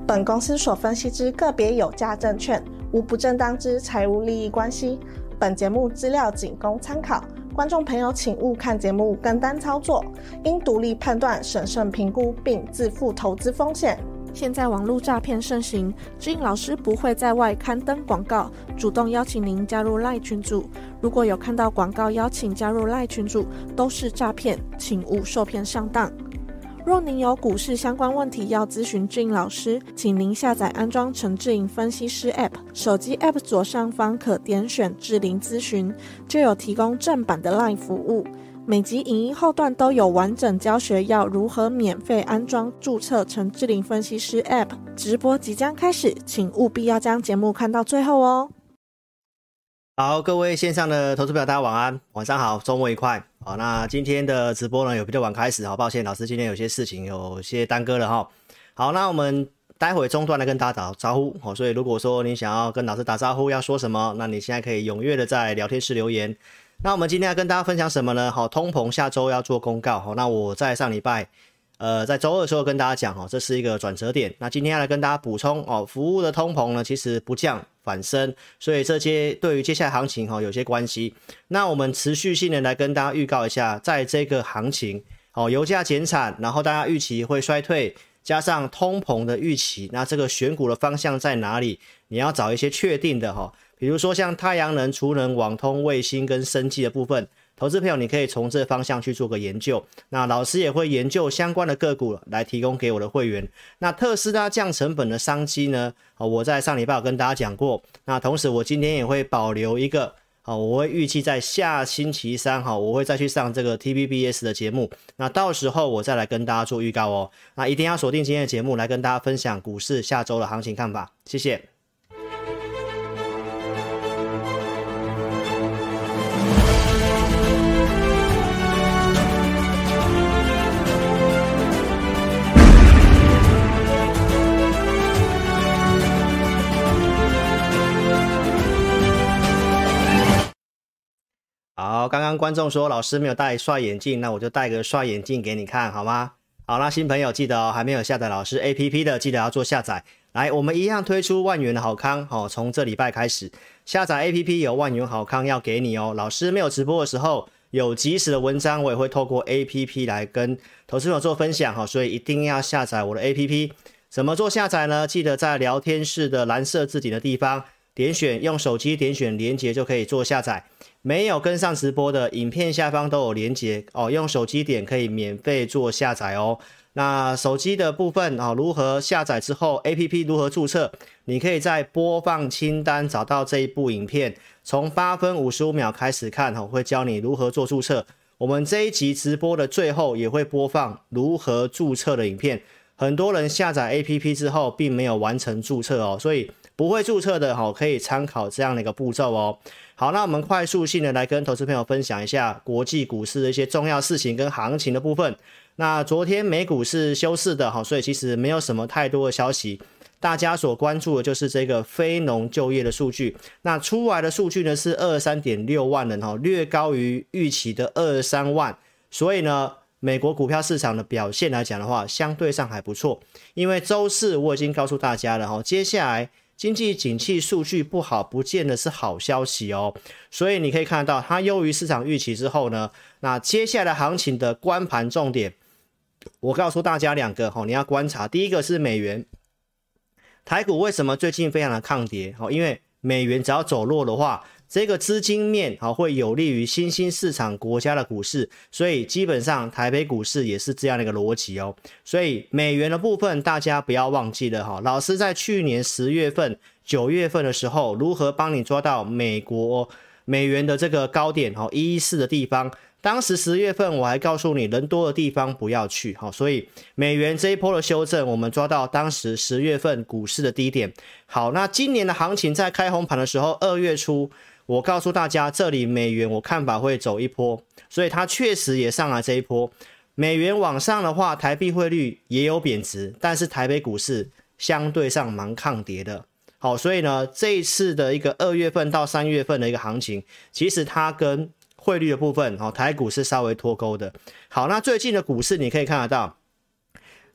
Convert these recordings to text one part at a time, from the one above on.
本公司所分析之个别有价证券，无不正当之财务利益关系。本节目资料仅供参考，观众朋友请勿看节目跟单操作，应独立判断、审慎评估并自负投资风险。现在网络诈骗盛行，志颖老师不会在外刊登广告，主动邀请您加入 LINE 群组。如果有看到广告邀请加入 LINE 群组，都是诈骗，请勿受骗上当。若您有股市相关问题要咨询志颖老师，请您下载安装陈志颖分析师 App， 手机 App 左上方可点选志玲咨询，就有提供正版的 LINE 服务。每集影音后段都有完整教学，要如何免费安装注册陈志玲分析师 App。 直播即将开始，请务必要将节目看到最后哦。 好，各位线上的投资朋友，大家晚安，晚上好，周末愉快。好，那今天的直播呢有比较晚开始，好抱歉，老师今天有些事情有些耽搁了哈。好，那我们待会中段来跟大家打招呼，所以如果说你想要跟老师打招呼要说什么，那你现在可以踊跃的在聊天室留言。那我们今天要跟大家分享什么呢？好，通膨下周要做公告。好，那我在上礼拜在周二的时候跟大家讲，这是一个转折点。那今天要来跟大家补充服务的通膨呢，其实不降反升，所以这些对于接下来行情有些关系。那我们持续性的来跟大家预告一下，在这个行情油价减产，然后大家预期会衰退，加上通膨的预期，那这个选股的方向在哪里？你要找一些确定的比如说像太阳能、储能、网通、卫星跟生技的部分，投资朋友你可以从这方向去做个研究。那老师也会研究相关的个股来提供给我的会员。那特斯拉降成本的商机呢，我在上礼拜有跟大家讲过。那同时我今天也会保留一个，我会预计在下星期三我会再去上这个 TVBS 的节目。那到时候我再来跟大家做预告哦。那一定要锁定今天的节目来跟大家分享股市下周的行情看法。谢谢。好，刚刚观众说老师没有戴帅眼镜，那我就戴个帅眼镜给你看好吗？好，那新朋友记得还没有下载老师 APP 的记得要做下载。来，我们一样推出万元的好康从这礼拜开始下载 APP 有万元好康要给你哦。老师没有直播的时候有即时的文章，我也会透过 APP 来跟投资朋友做分享所以一定要下载我的 APP。 怎么做下载呢？记得在聊天室的蓝色字体的地方点选，用手机点选连结就可以做下载。没有跟上直播的影片下方都有连结用手机点可以免费做下载哦。那手机的部分如何下载之后 APP 如何注册，你可以在播放清单找到这一部影片，从8分55秒开始看会教你如何做注册。我们这一集直播的最后也会播放如何注册的影片。很多人下载 APP 之后并没有完成注册所以不会注册的可以参考这样的一个步骤好，那我们快速性的来跟投资朋友分享一下国际股市的一些重要事情跟行情的部分。那昨天美股是休市的所以其实没有什么太多的消息，大家所关注的就是这个非农就业的数据。那出来的数据呢是 23.6 万人略高于预期的23万，所以呢美国股票市场的表现来讲的话相对上还不错。因为周四我已经告诉大家了接下来经济景气数据不好不见得是好消息所以你可以看到它优于市场预期之后呢，那接下来行情的观盘重点我告诉大家两个你要观察。第一个是美元，台股为什么最近非常的抗跌因为美元只要走弱的话，这个资金面会有利于新兴市场国家的股市，所以基本上台北股市也是这样的一个逻辑所以美元的部分大家不要忘记了老师在去年10月份9月份的时候如何帮你抓到美元的这个高点114的地方，当时10月份我还告诉你人多的地方不要去所以美元这一波的修正我们抓到当时10月份股市的低点。好，那今年的行情在开红盘的时候2月初我告诉大家这里美元我看法会走一波，所以它确实也上来这一波。美元往上的话台币汇率也有贬值，但是台北股市相对上蛮抗跌的。好，所以呢这一次的一个2月份到3月份的一个行情，其实它跟汇率的部分台股是稍微脱钩的。好，那最近的股市你可以看得到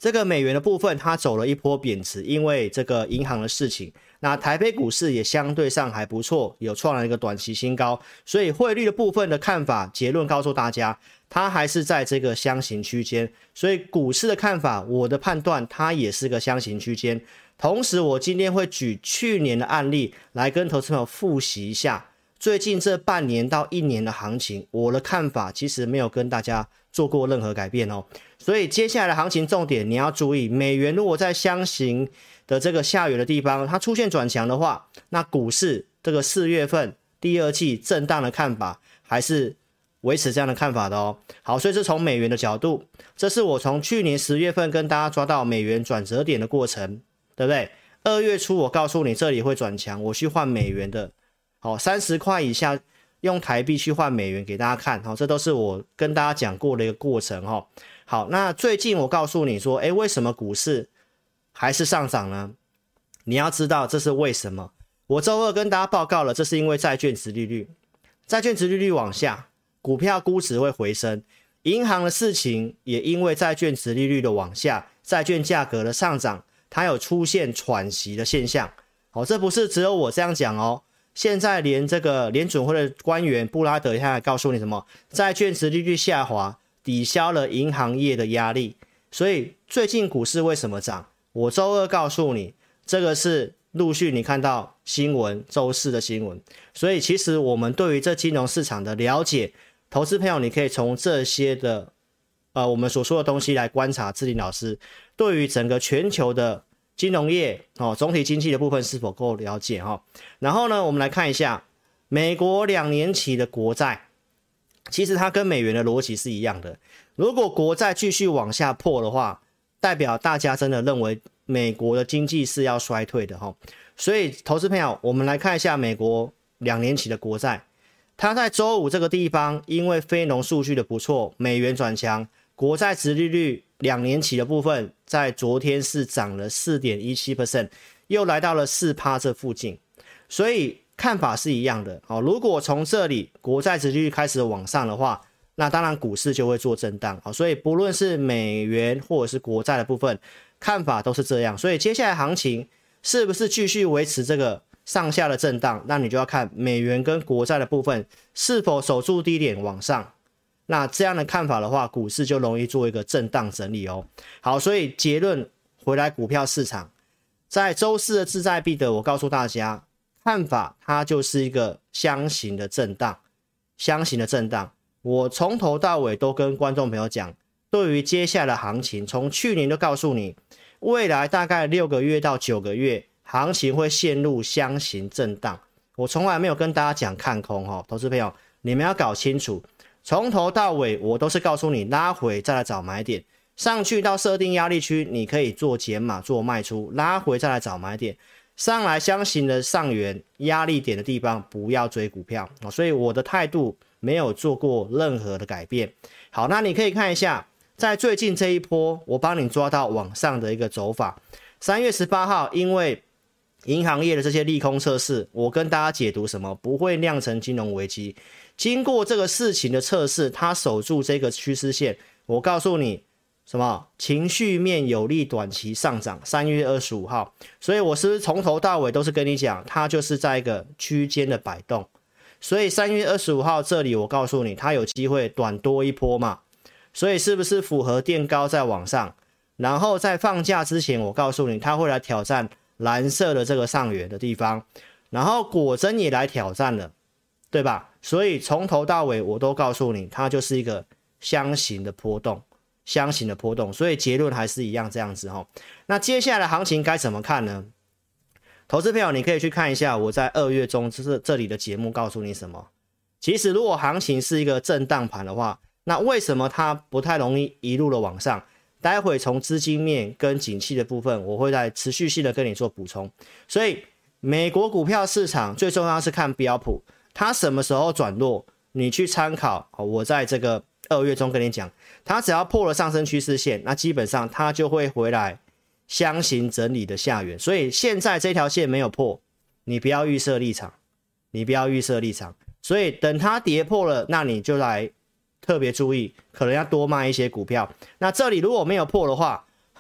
这个美元的部分它走了一波贬值，因为这个银行的事情。那台北股市也相对上还不错，有创了一个短期新高，所以汇率的部分的看法，结论告诉大家，它还是在这个箱型区间。所以股市的看法，我的判断它也是个箱型区间。同时，我今天会举去年的案例来跟投资朋友复习一下最近这半年到1年的行情，我的看法其实没有跟大家做过任何改变哦。所以接下来的行情重点你要注意，美元如果在箱型的这个下缘的地方它出现转强的话，那股市这个4月份第二季震荡的看法还是维持这样的看法的哦。好，所以是从美元的角度，这是我从去年10月份跟大家抓到美元转折点的过程，对不对？2月初我告诉你这里会转强，我去换美元的，好，30块以下用台币去换美元给大家看，好，这都是我跟大家讲过的一个过程哈。好，那最近我告诉你说，为什么股市还是上涨呢？你要知道这是为什么。我周二跟大家报告了，这是因为债券殖利率往下，股票估值会回升，银行的事情也因为债券殖利率的往下，债券价格的上涨，它有出现喘息的现象。好，这不是只有我这样讲哦。现在连这个联准会的官员布拉德他还告诉你什么？债券殖利率下滑抵消了银行业的压力，所以最近股市为什么涨？我周二告诉你，这个是陆续你看到新闻，周四的新闻。所以其实我们对于这金融市场的了解，投资朋友你可以从这些的我们所说的东西来观察志霖老师对于整个全球的金融业总体经济的部分是否够了解然后呢，我们来看一下美国2年期的国债，其实它跟美元的逻辑是一样的。如果国债继续往下破的话，代表大家真的认为美国的经济是要衰退的所以投资朋友，我们来看一下美国2年期的国债，它在周五这个地方因为非农数据的不错，美元转强，国债殖利率2年期的部分在昨天是涨了 4.17%， 又来到了 4% 这附近，所以看法是一样的如果从这里国债殖利率开始往上的话，那当然股市就会做震荡所以不论是美元或者是国债的部分，看法都是这样。所以接下来行情是不是继续维持这个上下的震荡，那你就要看美元跟国债的部分是否守住低点往上，那这样的看法的话，股市就容易做一个震荡整理好，所以结论回来，股票市场在周四的志在必得，我告诉大家看法它就是一个箱型的震荡，我从头到尾都跟观众朋友讲，对于接下来的行情，从去年就告诉你，未来大概6个月到9个月，行情会陷入箱型震荡。我从来没有跟大家讲看空投资朋友，你们要搞清楚，从头到尾我都是告诉你拉回再来找买点，上去到设定压力区，你可以做减码做卖出，拉回再来找买点，上来箱型的上缘压力点的地方不要追股票所以我的态度没有做过任何的改变。好，那你可以看一下，在最近这一波，我帮你抓到往上的一个走法。3月18号，因为银行业的这些利空测试，我跟大家解读什么不会酿成金融危机。经过这个事情的测试，它守住这个趋势线，我告诉你什么情绪面有利短期上涨。3月25号，所以我是不是从头到尾都是跟你讲，它就是在一个区间的摆动。所以3月25号这里我告诉你，它有机会短多一波嘛，所以是不是符合垫高在往上，然后在放假之前我告诉你，它会来挑战蓝色的这个上缘的地方，然后果真也来挑战了，对吧？所以从头到尾我都告诉你，它就是一个箱型的波动，所以结论还是一样这样子那接下来的行情该怎么看呢？投资朋友，你可以去看一下我在2月中这里的节目告诉你什么。其实如果行情是一个震荡盘的话，那为什么它不太容易一路的往上？待会从资金面跟景气的部分，我会在持续性的跟你做补充。所以美国股票市场最重要是看标普，它什么时候转弱，你去参考我在这个2月中跟你讲，它只要破了上升趋势线，那基本上它就会回来箱型整理的下缘。所以现在这条线没有破，你不要预设立场，所以等它跌破了，那你就来特别注意，可能要多卖一些股票。那这里如果没有破的话，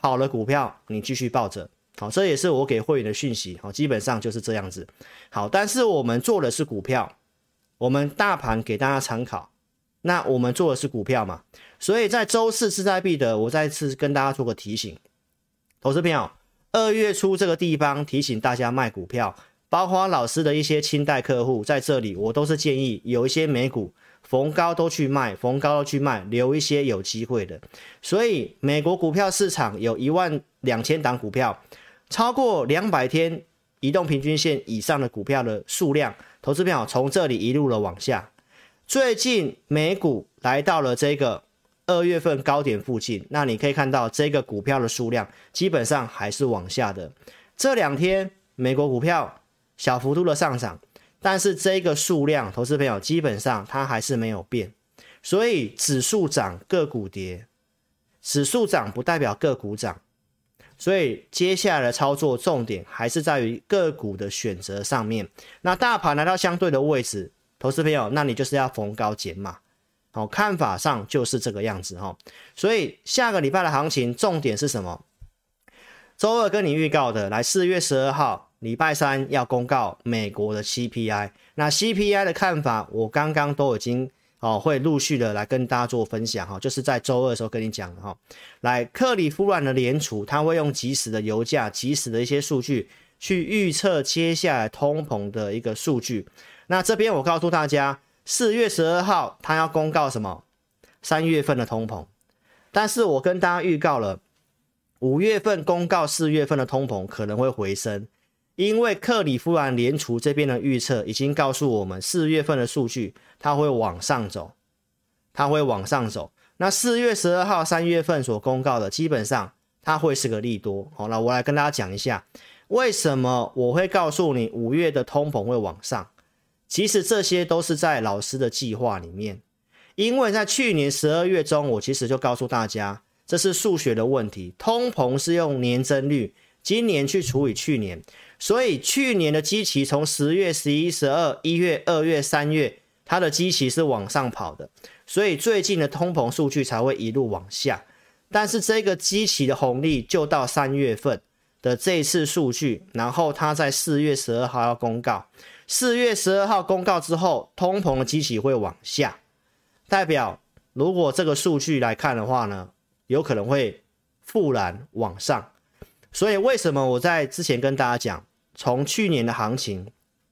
好的股票你继续抱着。好，这也是我给会员的讯息。好，基本上就是这样子。好，但是我们做的是股票，我们大盘给大家参考，那我们做的是股票嘛，所以在周四势在必得，我再次跟大家做个提醒，投资朋友，2月初这个地方提醒大家卖股票，包括老师的一些清代客户在这里，我都是建议有一些美股逢高都去卖，逢高都去卖，留一些有机会的。所以美国股票市场有12000档股票，超过200天移动平均线以上的股票的数量，投资朋友从这里一路的往下，最近美股来到了这个2月份高点附近，那你可以看到这个股票的数量基本上还是往下的。这2天美国股票小幅度的上涨，但是这个数量，投资朋友基本上它还是没有变。所以指数涨个股跌，指数涨不代表个股涨。所以接下来的操作重点还是在于个股的选择上面。那大盘来到相对的位置，投资朋友，那你就是要逢高减码。好，看法上就是这个样子哈。所以下个礼拜的行情重点是什么？周二跟你预告的，来4月12号礼拜三要公告美国的 CPI。那 CPI 的看法，我刚刚都已经会陆续的来跟大家做分享哈，就是在周二的时候跟你讲的哈。来，克里夫兰的联储，他会用即时的油价、即时的一些数据去预测接下来通膨的一个数据。那这边我告诉大家，4月12号他要公告什么？3月份的通膨。但是我跟大家预告了，5月份公告4月份的通膨可能会回升，因为克里夫兰联储这边的预测已经告诉我们，4月份的数据它会往上走，它会往上走。那4月12号3月份所公告的，基本上它会是个利多。好，那我来跟大家讲一下，为什么我会告诉你5月的通膨会往上。其实这些都是在老师的计划里面，因为在去年12月中，我其实就告诉大家，这是数学的问题，通膨是用年增率，今年去除以去年，所以去年的基期从10月、11、12、1月、2月、3月，它的基期是往上跑的，所以最近的通膨数据才会一路往下。但是这个基期的红利就到3月份的这一次数据，然后它在4月12号要公告，4月12号公告之后，通膨的基期会往下，代表如果这个数据来看的话呢，有可能会复燃往上。所以为什么我在之前跟大家讲，从去年的行情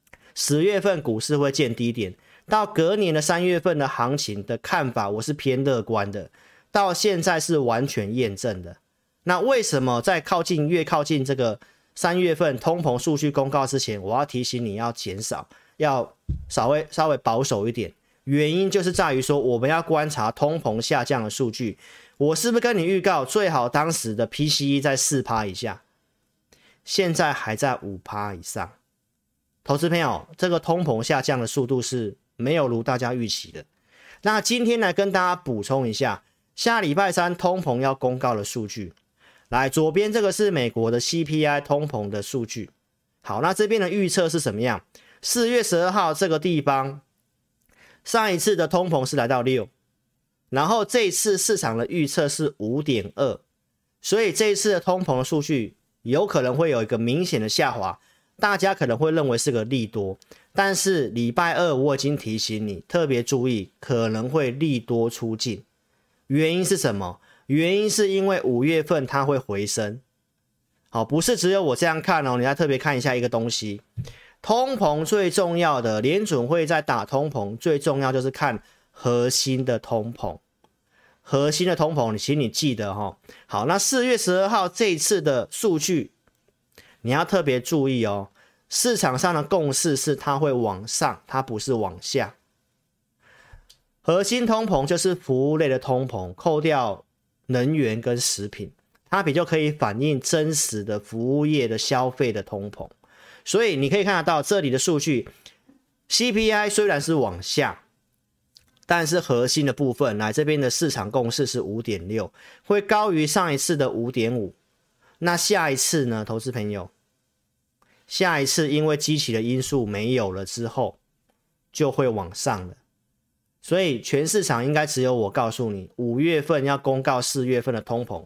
10月份股市会见低点，到隔年的3月份的行情的看法我是偏乐观的，到现在是完全验证的。那为什么在越靠近这个3月份通膨数据公告之前，我要提醒你要减少，要稍微保守一点？原因就是在于说，我们要观察通膨下降的数据。我是不是跟你预告，最好当时的 PCE 在 4% 以下，现在还在 5% 以上。投资朋友，这个通膨下降的速度是没有如大家预期的。那今天来跟大家补充一下，下礼拜三通膨要公告的数据。来，左边这个是美国的 CPI 通膨的数据。好，那这边的预测是什么样？4月12号这个地方，上一次的通膨是来到6，然后这一次市场的预测是 5.2， 所以这一次的通膨的数据有可能会有一个明显的下滑，大家可能会认为是个利多，但是礼拜二我已经提醒你，特别注意可能会利多出尽。原因是什么？原因是因为5月份它会回升。好，不是只有我这样看哦，你要特别看一下一个东西，通膨最重要的，联准会在打通膨，最重要就是看核心的通膨。核心的通膨，请你记得哈。好，那4月12号这一次的数据，你要特别注意哦。市场上的共识是它会往上，它不是往下。核心通膨就是服务类的通膨，扣掉能源跟食品，它比较可以反映真实的服务业的消费的通膨。所以你可以看得到这里的数据 ，CPI 虽然是往下，但是核心的部分来这边的市场共识是 5.6， 会高于上一次的 5.5。那下一次呢，投资朋友，下一次因为基期的因素没有了之后，就会往上了。所以全市场应该只有我告诉你，5月份要公告4月份的通膨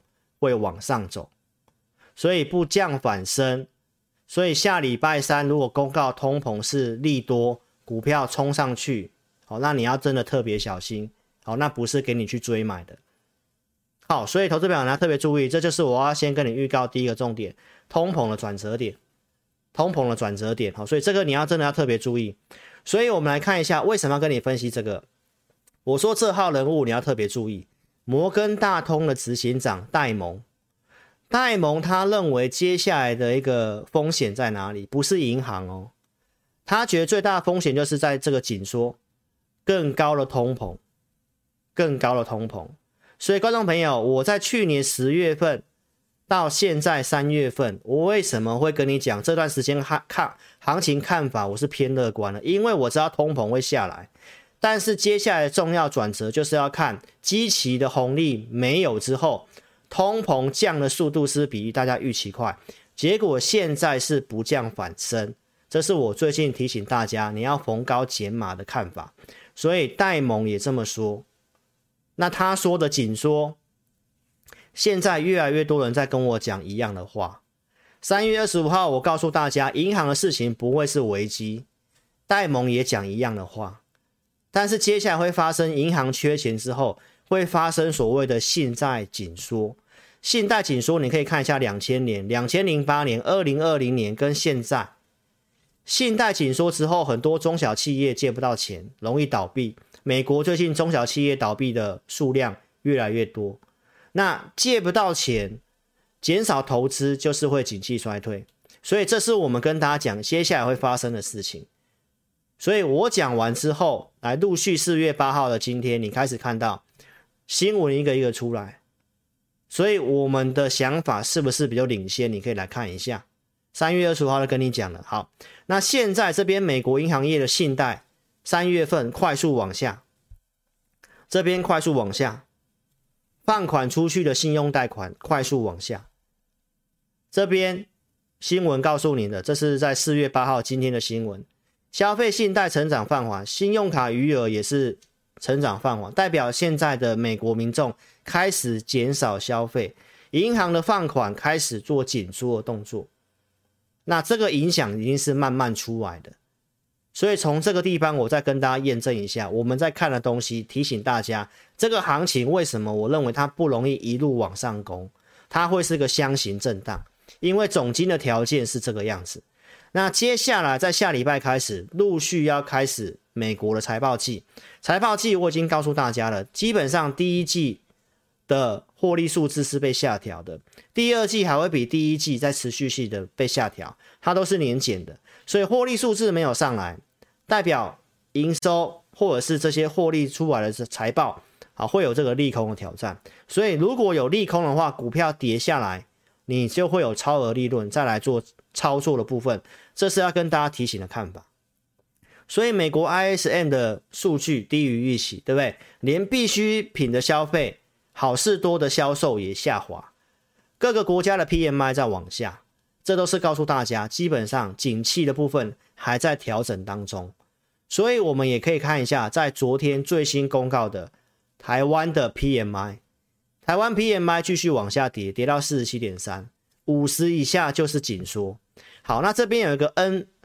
会往上走，所以不降反升。所以下礼拜三如果公告通膨是利多，股票冲上去，好，那你要真的特别小心，好，那不是给你去追买的。好，所以投资朋友你要特别注意，这就是我要先跟你预告第一个重点，通膨的转折点，通膨的转折点。好，所以这个你要真的要特别注意。所以我们来看一下为什么要跟你分析这个。我说这号人物你要特别注意，摩根大通的执行长戴蒙。戴蒙他认为接下来的一个风险在哪里？不是银行哦，他觉得最大的风险就是在这个紧缩，更高的通膨，更高的通膨。所以观众朋友，我在去年10月份到现在3月份，我为什么会跟你讲这段时间行情看法我是偏乐观的？因为我知道通膨会下来，但是接下来的重要转折就是要看基期的红利没有之后，通膨降的速度是比大家预期快，结果现在是不降反升，这是我最近提醒大家你要逢高减码的看法。所以戴蒙也这么说。那他说的紧缩，现在越来越多人在跟我讲一样的话。3月25号我告诉大家银行的事情不会是危机，戴蒙也讲一样的话，但是接下来会发生银行缺钱之后会发生所谓的信贷紧缩。信贷紧缩你可以看一下2000年、2008年、2020年跟现在，信贷紧缩之后很多中小企业借不到钱，容易倒闭。美国最近中小企业倒闭的数量越来越多，那借不到钱，减少投资就是会景气衰退，所以这是我们跟大家讲接下来会发生的事情。所以我讲完之后，来陆续4月8号的今天，你开始看到新闻一个一个出来，所以我们的想法是不是比较领先？你可以来看一下，3月25号就跟你讲了。好，那现在这边美国银行业的信贷3月份快速往下，这边快速往下，放款出去的信用贷款快速往下。这边新闻告诉你的，这是在4月8号今天的新闻，消费信贷成长放缓，信用卡余额也是成长放缓，代表现在的美国民众开始减少消费，银行的放款开始做紧缩的动作。那这个影响已经是慢慢出来的。所以从这个地方我再跟大家验证一下我们在看的东西，提醒大家这个行情为什么我认为它不容易一路往上攻，它会是个箱型震荡，因为总经的条件是这个样子。那接下来在下礼拜开始陆续要开始美国的财报季，财报季我已经告诉大家了，基本上第一季的获利数字是被下调的，第二季还会比第一季再持续性的被下调，它都是年减的，所以获利数字没有上来，代表营收或者是这些获利出来的财报会有这个利空的挑战。所以如果有利空的话，股票跌下来，你就会有超额利润再来做操作的部分，这是要跟大家提醒的看法。所以美国 ISM 的数据低于预期，对不对？连必需品的消费，好事多的销售也下滑，各个国家的 PMI 在往下，这都是告诉大家基本上景气的部分还在调整当中。所以我们也可以看一下在昨天最新公告的台湾的 PMI， 台湾 PMI 继续往下跌，跌到 47.3， 50以下就是紧缩。好，那这边有一个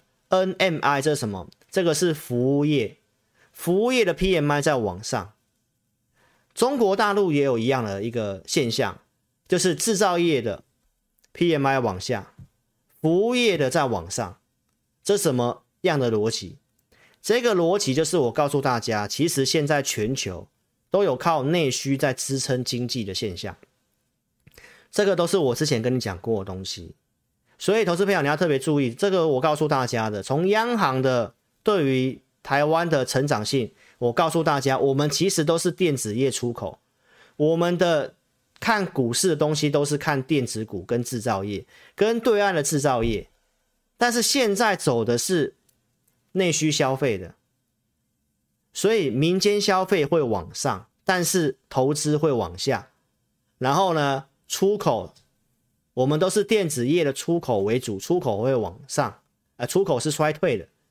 NMI， 这是什么？这个是服务业，服务业的 PMI 在往上。中国大陆也有一样的一个现象，就是制造业的 PMI 往下，服务业的在往上。这什么样的逻辑？这个逻辑就是我告诉大家，其实现在全球都有靠内需在支撑经济的现象，这个都是我之前跟你讲过的东西。所以投资朋友你要特别注意，这个我告诉大家的，从央行的对于台湾的成长性，我告诉大家我们其实都是电子业出口，我们的看股市的东西都是看电子股跟制造业跟对岸的制造业，但是现在走的是内需消费的，所以民间消费会往上，但是投资会往下。然后呢，出口我们都是电子业的出口为主，出口会往上，出口是衰退的。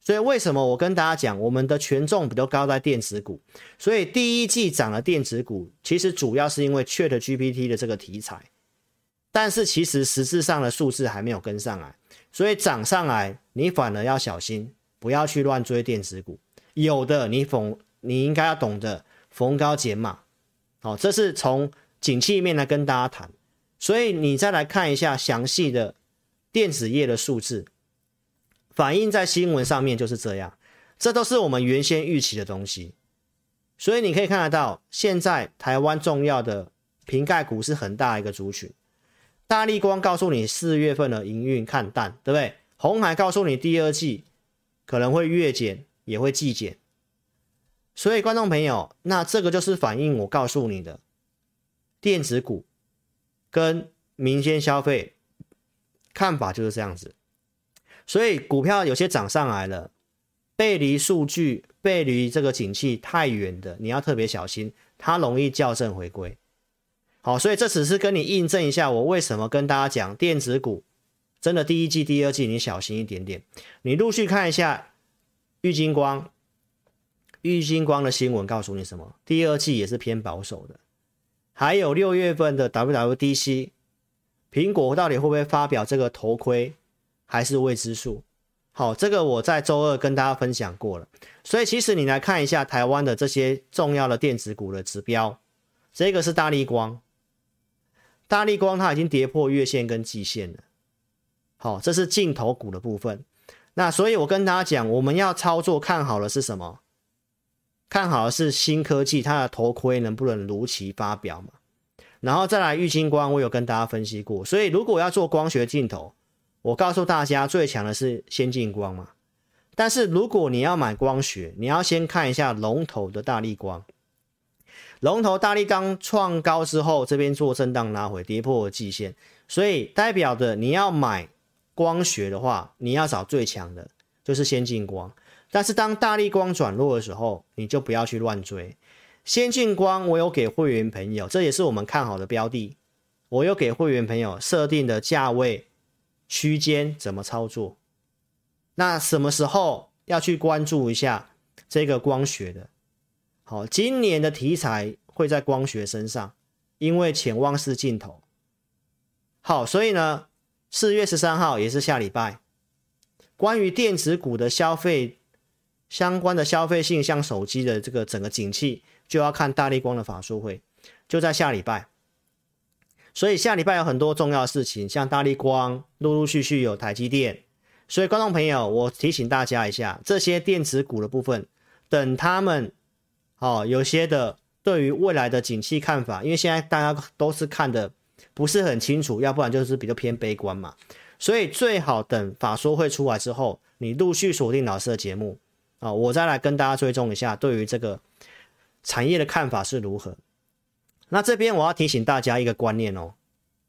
所以为什么我跟大家讲，我们的权重比较高在电子股，所以第一季涨了电子股，其实主要是因为 ChatGPT 的这个题材，但是其实实质上的数字还没有跟上来，所以涨上来你反而要小心，不要去乱追电子股，有的你应该要懂得逢高减码，好，这是从景气面来跟大家谈，所以你再来看一下详细的电子业的数字。反映在新闻上面就是这样，这都是我们原先预期的东西，所以你可以看得到，现在台湾重要的瓶盖股是很大一个族群。大立光告诉你4月份的营运看淡，对不对？鸿海告诉你第二季可能会月减，也会季减。所以观众朋友，那这个就是反映我告诉你的电子股跟民间消费看法就是这样子。所以股票有些涨上来了，背离数据、背离这个景气太远的，你要特别小心，它容易校正回归。好，所以这只是跟你印证一下，我为什么跟大家讲电子股真的第一季、第二季你小心一点点。你陆续看一下玉晶光的新闻告诉你什么？第二季也是偏保守的。还有6月份的 WWDC， 苹果到底会不会发表这个头盔？还是未知数。好，这个我在周二跟大家分享过了。所以其实你来看一下台湾的这些重要的电子股的指标，这个是大立光，大立光它已经跌破月线跟季线了。好，这是镜头股的部分。那所以我跟大家讲，我们要操作看好的是什么？看好的是新科技，它的头盔能不能如期发表嘛？然后再来玉晶光，我有跟大家分析过。所以如果要做光学镜头，我告诉大家最强的是先进光嘛，但是如果你要买光学，你要先看一下龙头的大立光。龙头大立光创高之后，这边做震荡拉回，跌破季线，所以代表的你要买光学的话，你要找最强的，就是先进光。但是当大立光转弱的时候，你就不要去乱追。先进光我有给会员朋友，这也是我们看好的标的，我有给会员朋友设定的价位区间怎么操作？那什么时候要去关注一下这个光学的？好，今年的题材会在光学身上，因为潜望式镜头。好，所以呢，4月13号也是下礼拜，关于电子股的消费相关的消费性，像手机的这个整个景气，就要看大立光的法说会，就在下礼拜。所以下礼拜有很多重要的事情，像大立光陆陆续续有台积电，所以观众朋友，我提醒大家一下，这些电子股的部分，等他们有些的对于未来的景气看法，因为现在大家都是看的不是很清楚，要不然就是比较偏悲观嘛，所以最好等法说会出来之后，你陆续锁定老师的节目我再来跟大家追踪一下对于这个产业的看法是如何。那这边我要提醒大家一个观念哦，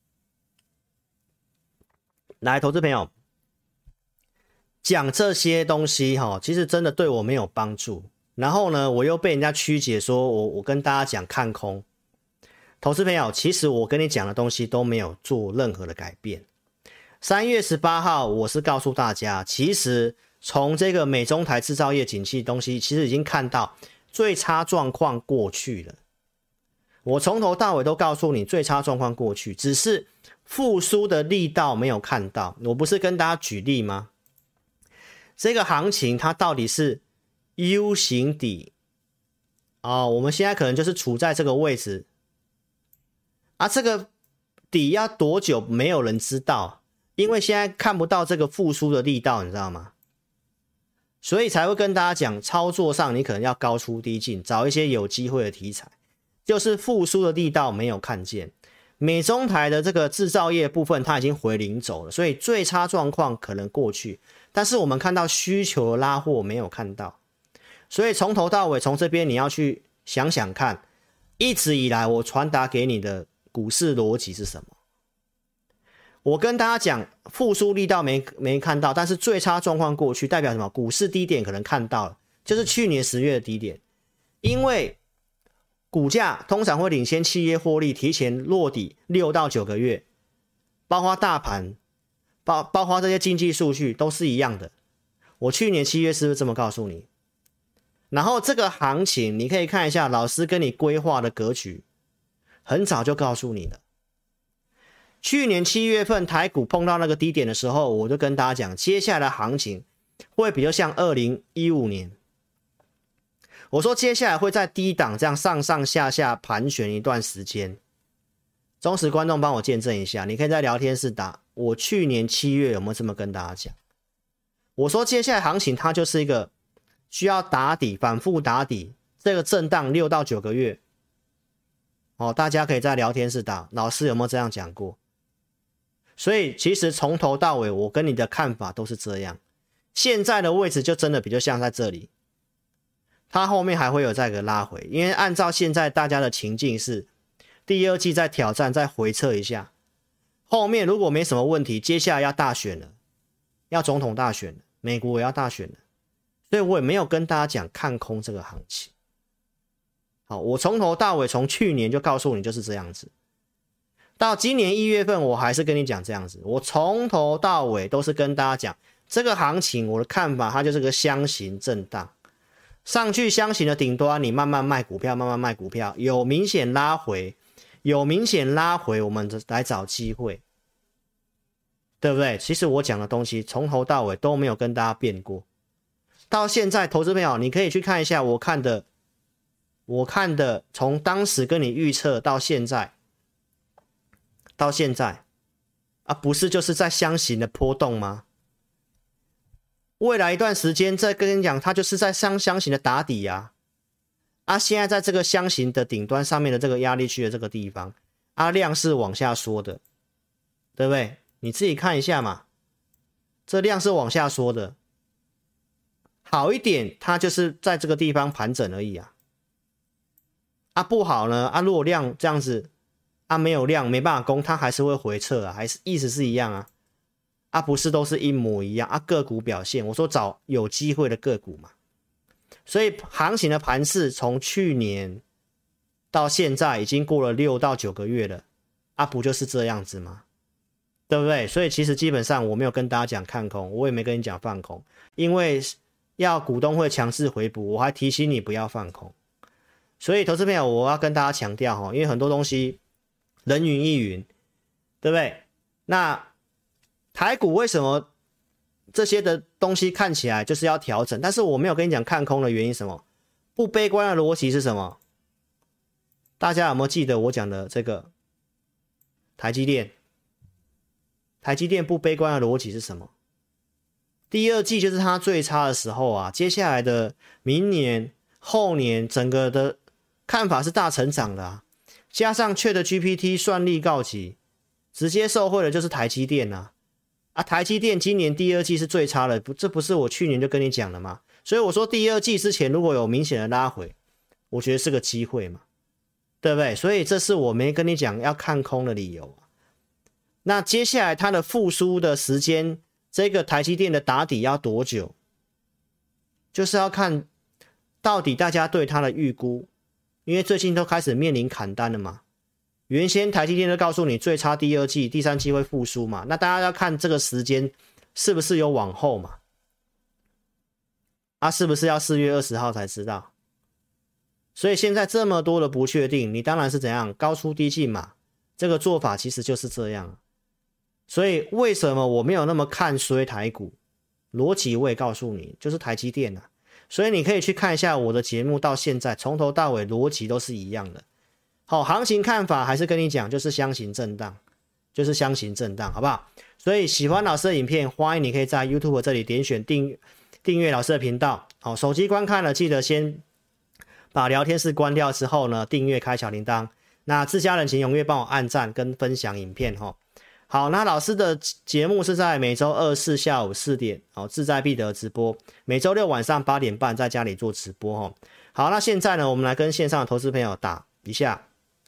来，投资朋友，讲这些东西其实真的对我没有帮助。然后呢，我又被人家曲解说我跟大家讲看空。投资朋友，其实我跟你讲的东西都没有做任何的改变。3月18号，我是告诉大家，其实从这个美中台制造业景气东西，其实已经看到最差状况过去了。我从头到尾都告诉你最差状况过去，只是复苏的力道没有看到。我不是跟大家举例吗？这个行情它到底是 U 型底我们现在可能就是处在这个位置这个底要多久没有人知道，因为现在看不到这个复苏的力道，你知道吗？所以才会跟大家讲，操作上你可能要高出低进，找一些有机会的题材，就是复苏的力道没有看见。美中台的这个制造业部分它已经回零走了，所以最差状况可能过去，但是我们看到需求的拉货没有看到。所以从头到尾，从这边你要去想想看，一直以来我传达给你的股市逻辑是什么？我跟大家讲，复苏力道没看到，但是最差状况过去，代表什么？股市低点可能看到了，就是去年10月的低点，因为股价通常会领先企业获利提前落底6到9个月，包括大盘，包括这些经济数据都是一样的。 我去年7月是不是这么告诉你？然后这个行情你可以看一下老师跟你规划的格局，很早就告诉你了。去年7月份台股碰到那个低点的时候，我就跟大家讲，接下来的行情会比较像2015年。我说接下来会在低档这样上上下下盘旋一段时间。忠实观众帮我见证一下，你可以在聊天室打我去年7月有没有这么跟大家讲。我说接下来行情它就是一个需要打底，反复打底，这个震荡6到9个月。大家可以在聊天室打老师有没有这样讲过。所以其实从头到尾我跟你的看法都是这样。现在的位置就真的比较像在这里，它后面还会有再一个拉回，因为按照现在大家的情境是第二季再挑战再回撤一下，后面如果没什么问题，接下来要大选了，要总统大选了，美国也要大选了，所以我也没有跟大家讲看空这个行情。好，我从头到尾从去年就告诉你就是这样子，到今年1月份我还是跟你讲这样子，我从头到尾都是跟大家讲这个行情我的看法，它就是个箱型震荡，上去箱型的顶端你慢慢卖股票，慢慢卖股票，有明显拉回，我们来找机会，对不对？其实我讲的东西从头到尾都没有跟大家变过，到现在投资朋友你可以去看一下我看的从当时跟你预测到现在啊，不是就是在箱型的波动吗？未来一段时间再跟你讲，它就是在箱型的打底啊，现在在这个箱型的顶端上面的这个压力区的这个地方量是往下缩的，对不对？你自己看一下嘛，这量是往下缩的，好一点它就是在这个地方盘整而已不好呢如果量这样子没有量没办法攻，它还是会回撤还是意思是一样不是都是一模一样个股表现，我说找有机会的个股嘛。所以行情的盘势从去年到现在已经过了6到9个月了不就是这样子吗？对不对？所以其实基本上我没有跟大家讲看空，我也没跟你讲放空，因为要股东会强制回补，我还提醒你不要放空。所以投资朋友我要跟大家强调因为很多东西人云亦云，对不对？那台股为什么这些的东西看起来就是要调整，但是我没有跟你讲看空的原因，什么不悲观的逻辑是什么？大家有没有记得我讲的这个台积电不悲观的逻辑是什么？第二季就是它最差的时候接下来的明年后年整个的看法是大成长的加上 ChatGPT 算力告急，直接受惠的就是台积电台积电今年第二季是最差的，这不是我去年就跟你讲了吗？所以我说第二季之前如果有明显的拉回，我觉得是个机会嘛，对不对？所以这是我没跟你讲要看空的理由那接下来它的复苏的时间，这个台积电的打底要多久？就是要看到底大家对它的预估，因为最近都开始面临砍单了嘛。原先台积电都告诉你最差第二季、第三季会复苏嘛，那大家要看这个时间是不是有往后嘛？是不是要4月20号才知道？所以现在这么多的不确定，你当然是怎样高出低进嘛，这个做法其实就是这样。所以为什么我没有那么看衰台股？逻辑我也告诉你，就是台积电所以你可以去看一下我的节目，到现在从头到尾逻辑都是一样的。好，行情看法还是跟你讲，就是箱型震荡，好不好？所以喜欢老师的影片，欢迎你可以在 YouTube 这里点选订阅老师的频道。好，手机观看了记得先把聊天室关掉之后呢，订阅开小铃铛。那自家人请踊跃帮我按赞跟分享影片好，那老师的节目是在每周2、4下午4点志在必得直播，每周6晚上8点半在家里做直播好，那现在呢，我们来跟线上的投资朋友打一下。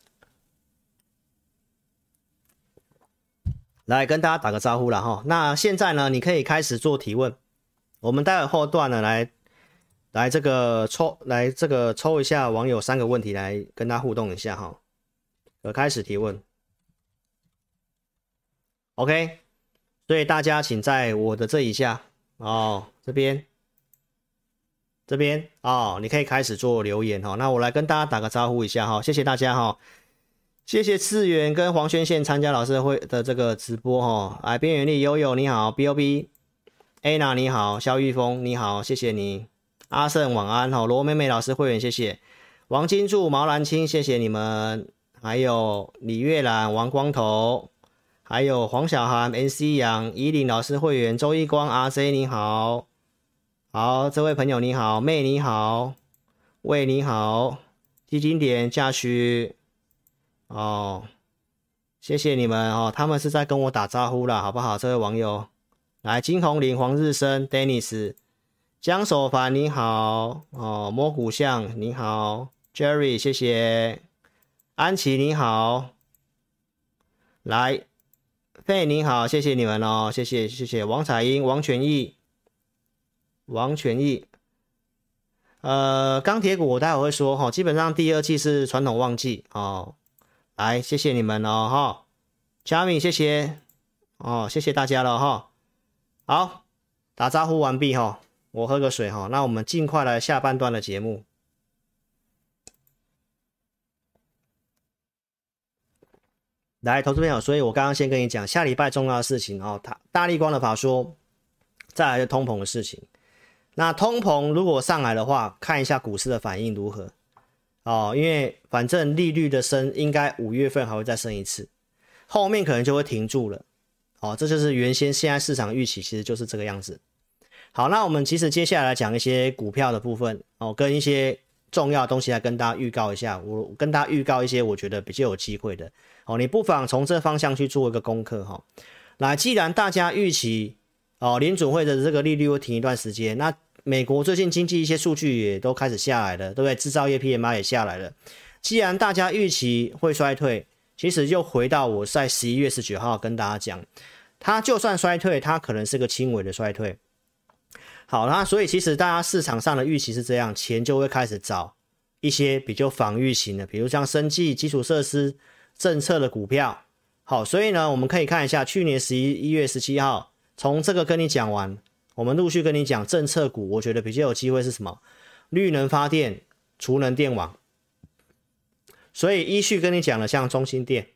来跟大家打个招呼了那现在呢，你可以开始做提问，我们待会后段呢来这个抽一下网友3个问题来跟他互动一下开始提问。OK， 所以大家请在我的这一下哦，这边哦，你可以开始做留言哈。那我来跟大家打个招呼一下哈，谢谢大家哈，谢谢次元跟黄轩宪参加老师会的这个直播哈。来，边缘力悠悠你好 ，BOB Anna 你好，肖玉峰你好，谢谢你，阿胜晚安哈，罗美美老师会员谢谢，王金柱毛兰青谢谢你们，还有李月兰王光头。还有黄小涵、NC 杨、怡玲老师会员、周一光、RJ 你好，好，这位朋友你好，妹你好，魏你好，基金点驾须哦，谢谢你们哦，他们是在跟我打招呼啦，好不好？这位网友，来，金红林、黄日升、Dennis、江守凡你好哦，摸骨象你好 ，Jerry 谢谢，安琪你好，来。费你好，谢谢你们哦，谢谢王彩英、王全义、钢铁股我待会会说哈，基本上第二季是传统旺季哦，来谢谢你们哦哈，佳敏谢谢哦，谢谢大家了哈，好，打招呼完毕哈，我喝个水哈，那我们尽快来下半段的节目。来，投资朋友，所以我刚刚先跟你讲，下礼拜重要的事情哦，大立光的法说，再来就通膨的事情。那通膨如果上来的话，看一下股市的反应如何哦，因为反正利率的升，应该5月份还会再升一次，后面可能就会停住了哦，这就是原先现在市场预期其实就是这个样子。好，那我们其实接下来讲一些股票的部分哦，跟一些重要的东西来跟大家预告一下，我跟大家预告一些我觉得比较有机会的。哦，你不妨从这方向去做一个功课哈。那既然大家预期哦，联准会的这个利率会停一段时间，那美国最近经济一些数据也都开始下来了，对不对？制造业 PMI 也下来了。既然大家预期会衰退，其实就回到我在11月19号跟大家讲，它就算衰退，它可能是个轻微的衰退。好，那所以其实大家市场上的预期是这样，钱就会开始找一些比较防御型的，比如像生技、基础设施。政策的股票，好，所以呢，我们可以看一下去年11月17号，从这个跟你讲完，我们陆续跟你讲政策股，我觉得比较有机会是什么？绿能发电、储能电网。所以依序跟你讲了，像中兴电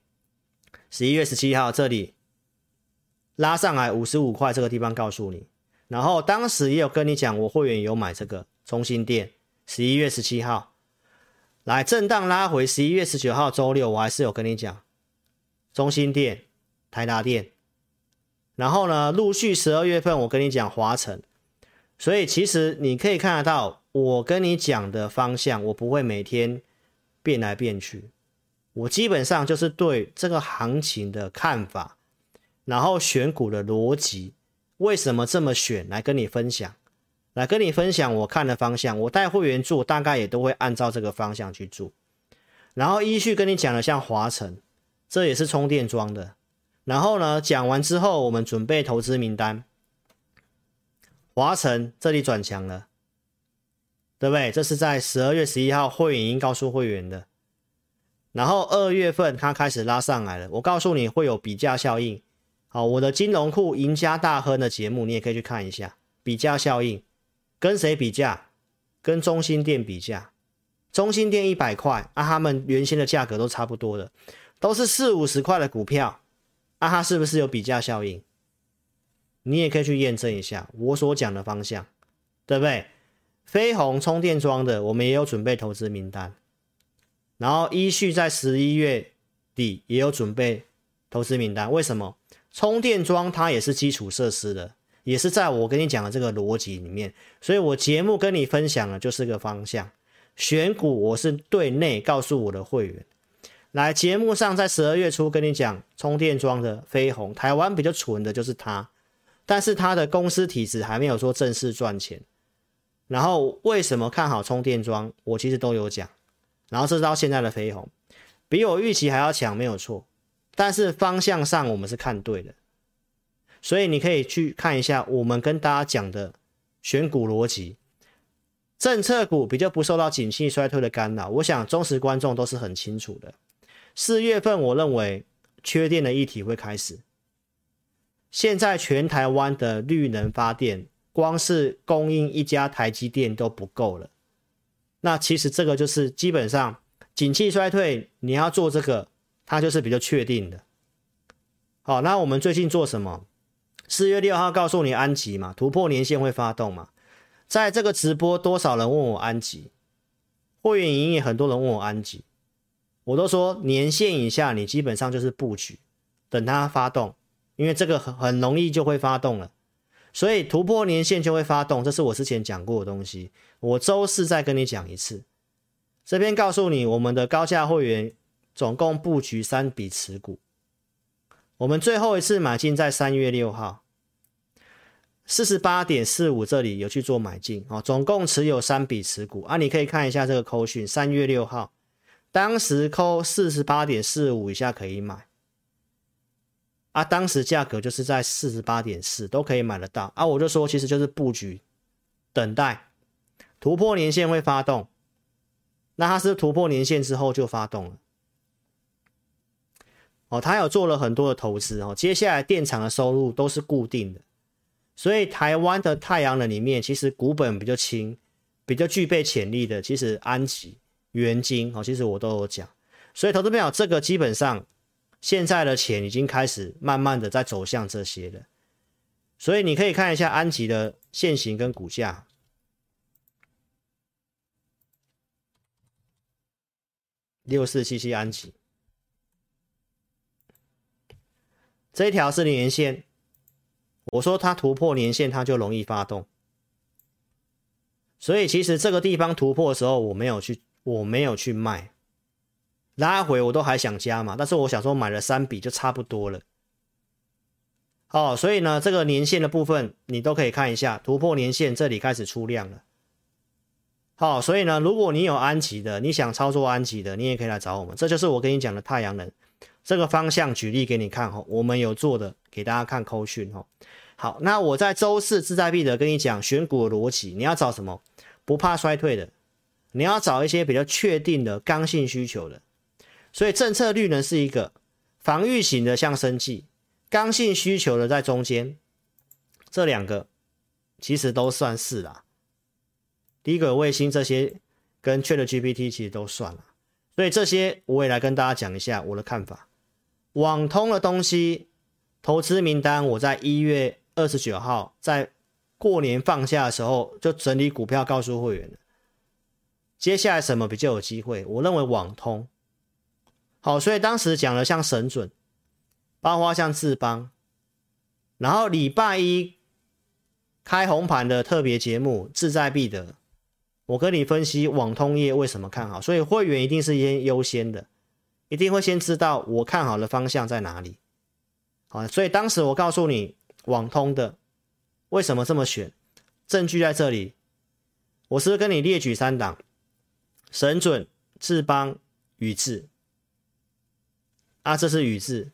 ，11月17号这里拉上来55块这个地方告诉你，然后当时也有跟你讲，我会员有买这个中兴电，11月17号。来震荡拉回11月19号周六，我还是有跟你讲中兴电、台达电，然后呢，陆续12月份我跟你讲华城，所以其实你可以看得到，我跟你讲的方向，我不会每天变来变去，我基本上就是对这个行情的看法，然后选股的逻辑，为什么这么选，来跟你分享。来跟你分享我看的方向，我带会员做，大概也都会按照这个方向去做。然后依序跟你讲了，像华城，这也是充电桩的。然后呢，讲完之后，我们准备投资名单。华城这里转强了，对不对？这是在12月11号会员已经告诉会员的。然后2月份它开始拉上来了，我告诉你会有比价效应。好，我的金融库赢家大亨的节目，你也可以去看一下比价效应。跟谁比价？跟中兴电比价。中兴电100块啊，他们原先的价格都差不多的，都是40-50块的股票啊，它是不是有比价效应？你也可以去验证一下我所讲的方向，对不对？飞鸿充电桩的，我们也有准备投资名单，然后依序在11月底也有准备投资名单。为什么？充电桩它也是基础设施的。也是在我跟你讲的这个逻辑里面，所以我节目跟你分享的就是个方向。选股我是对内告诉我的会员，来节目上在12月初跟你讲充电桩的飞鸿，台湾比较纯的就是它，但是它的公司体质还没有说正式赚钱。然后为什么看好充电桩，我其实都有讲。然后这是到现在的飞鸿，比我预期还要强，没有错。但是方向上我们是看对的。所以你可以去看一下我们跟大家讲的选股逻辑，政策股比较不受到景气衰退的干扰，我想忠实观众都是很清楚的。4月份我认为缺电的议题会开始，现在全台湾的绿能发电光是供应一家台积电都不够了。那其实这个就是基本上景气衰退，你要做这个，它就是比较确定的。好，那我们最近做什么？4月6号告诉你安集嘛，突破年线会发动嘛。在这个直播，多少人问我安集？会员营也很多人问我安集，我都说年线以下你基本上就是布局，等它发动，因为这个很容易就会发动了。所以突破年线就会发动，这是我之前讲过的东西，我周四再跟你讲一次。这边告诉你，我们的高价会员总共布局3笔持股，我们最后一次买进在3月6号 48.45 这里有去做买进，总共持有3笔持股啊，你可以看一下这个扣讯，3月6号当时扣 48.45 以下可以买啊，当时价格就是在 48.4 都可以买得到啊，我就说其实就是布局等待突破年线会发动，那它是突破年线之后就发动了它有做了很多的投资接下来电厂的收入都是固定的，所以台湾的太阳能里面其实股本比较轻比较具备潜力的，其实安集、元晶其实我都有讲，所以投资朋友这个基本上现在的钱已经开始慢慢的在走向这些了，所以你可以看一下安集的现行跟股价6477安集，这一条是年线，我说它突破年线它就容易发动，所以其实这个地方突破的时候我没有去卖，拉回我都还想加嘛，但是我想说买了3笔就差不多了。所以呢这个年线的部分你都可以看一下，突破年线这里开始出量了。所以呢如果你有安集的，你想操作安集的，你也可以来找我们，这就是我跟你讲的太阳能这个方向，举例给你看我们有做的给大家看扣讯好，那我在周四志在必得跟你讲选股的逻辑，你要找什么？不怕衰退的，你要找一些比较确定的刚性需求的，所以政策绿能是一个，防御型的像生技，刚性需求的在中间，这2个其实都算是啦。第一个卫星这些跟 ChatGPT 其实都算了，所以这些我也来跟大家讲一下我的看法。网通的东西投资名单我在1月29号在过年放假的时候就整理股票告诉会员了，接下来什么比较有机会？我认为网通好，所以当时讲了像神准，包括像智邦，然后礼拜一开红盘的特别节目志在必得，我跟你分析网通业为什么看好，所以会员一定是优先的，一定会先知道我看好的方向在哪里。好，所以当时我告诉你网通的为什么这么选，证据在这里，我是不是跟你列举3档？神准、智邦、宇智这是宇智，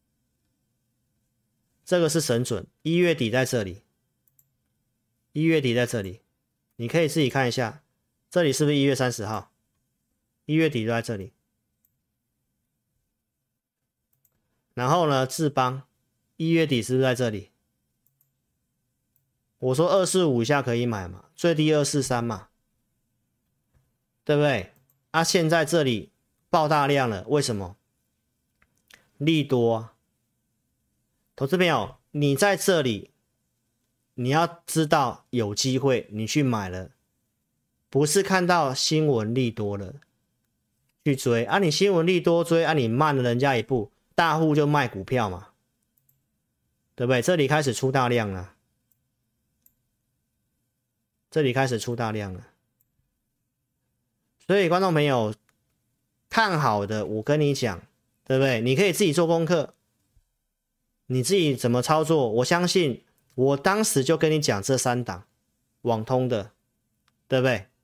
这个是神准，1月底在这里，1月底在这里，你可以自己看一下，这里是不是1月30号？1月底就在这里。然后呢，智邦1月底是不是在这里？我说245以下可以买嘛，最低243嘛，对不对？现在这里爆大量了，为什么？利多投资朋友，你在这里你要知道有机会你去买了，不是看到新闻利多了去追你新闻利多追你慢了人家一步，大户就卖股票嘛，对不对？这里开始出大量了，这里开始出大量了，所以观众朋友看好的我跟你讲，对不对？你可以自己做功课，你自己怎么操作，我相信我当时就跟你讲这3档网通的，对不对？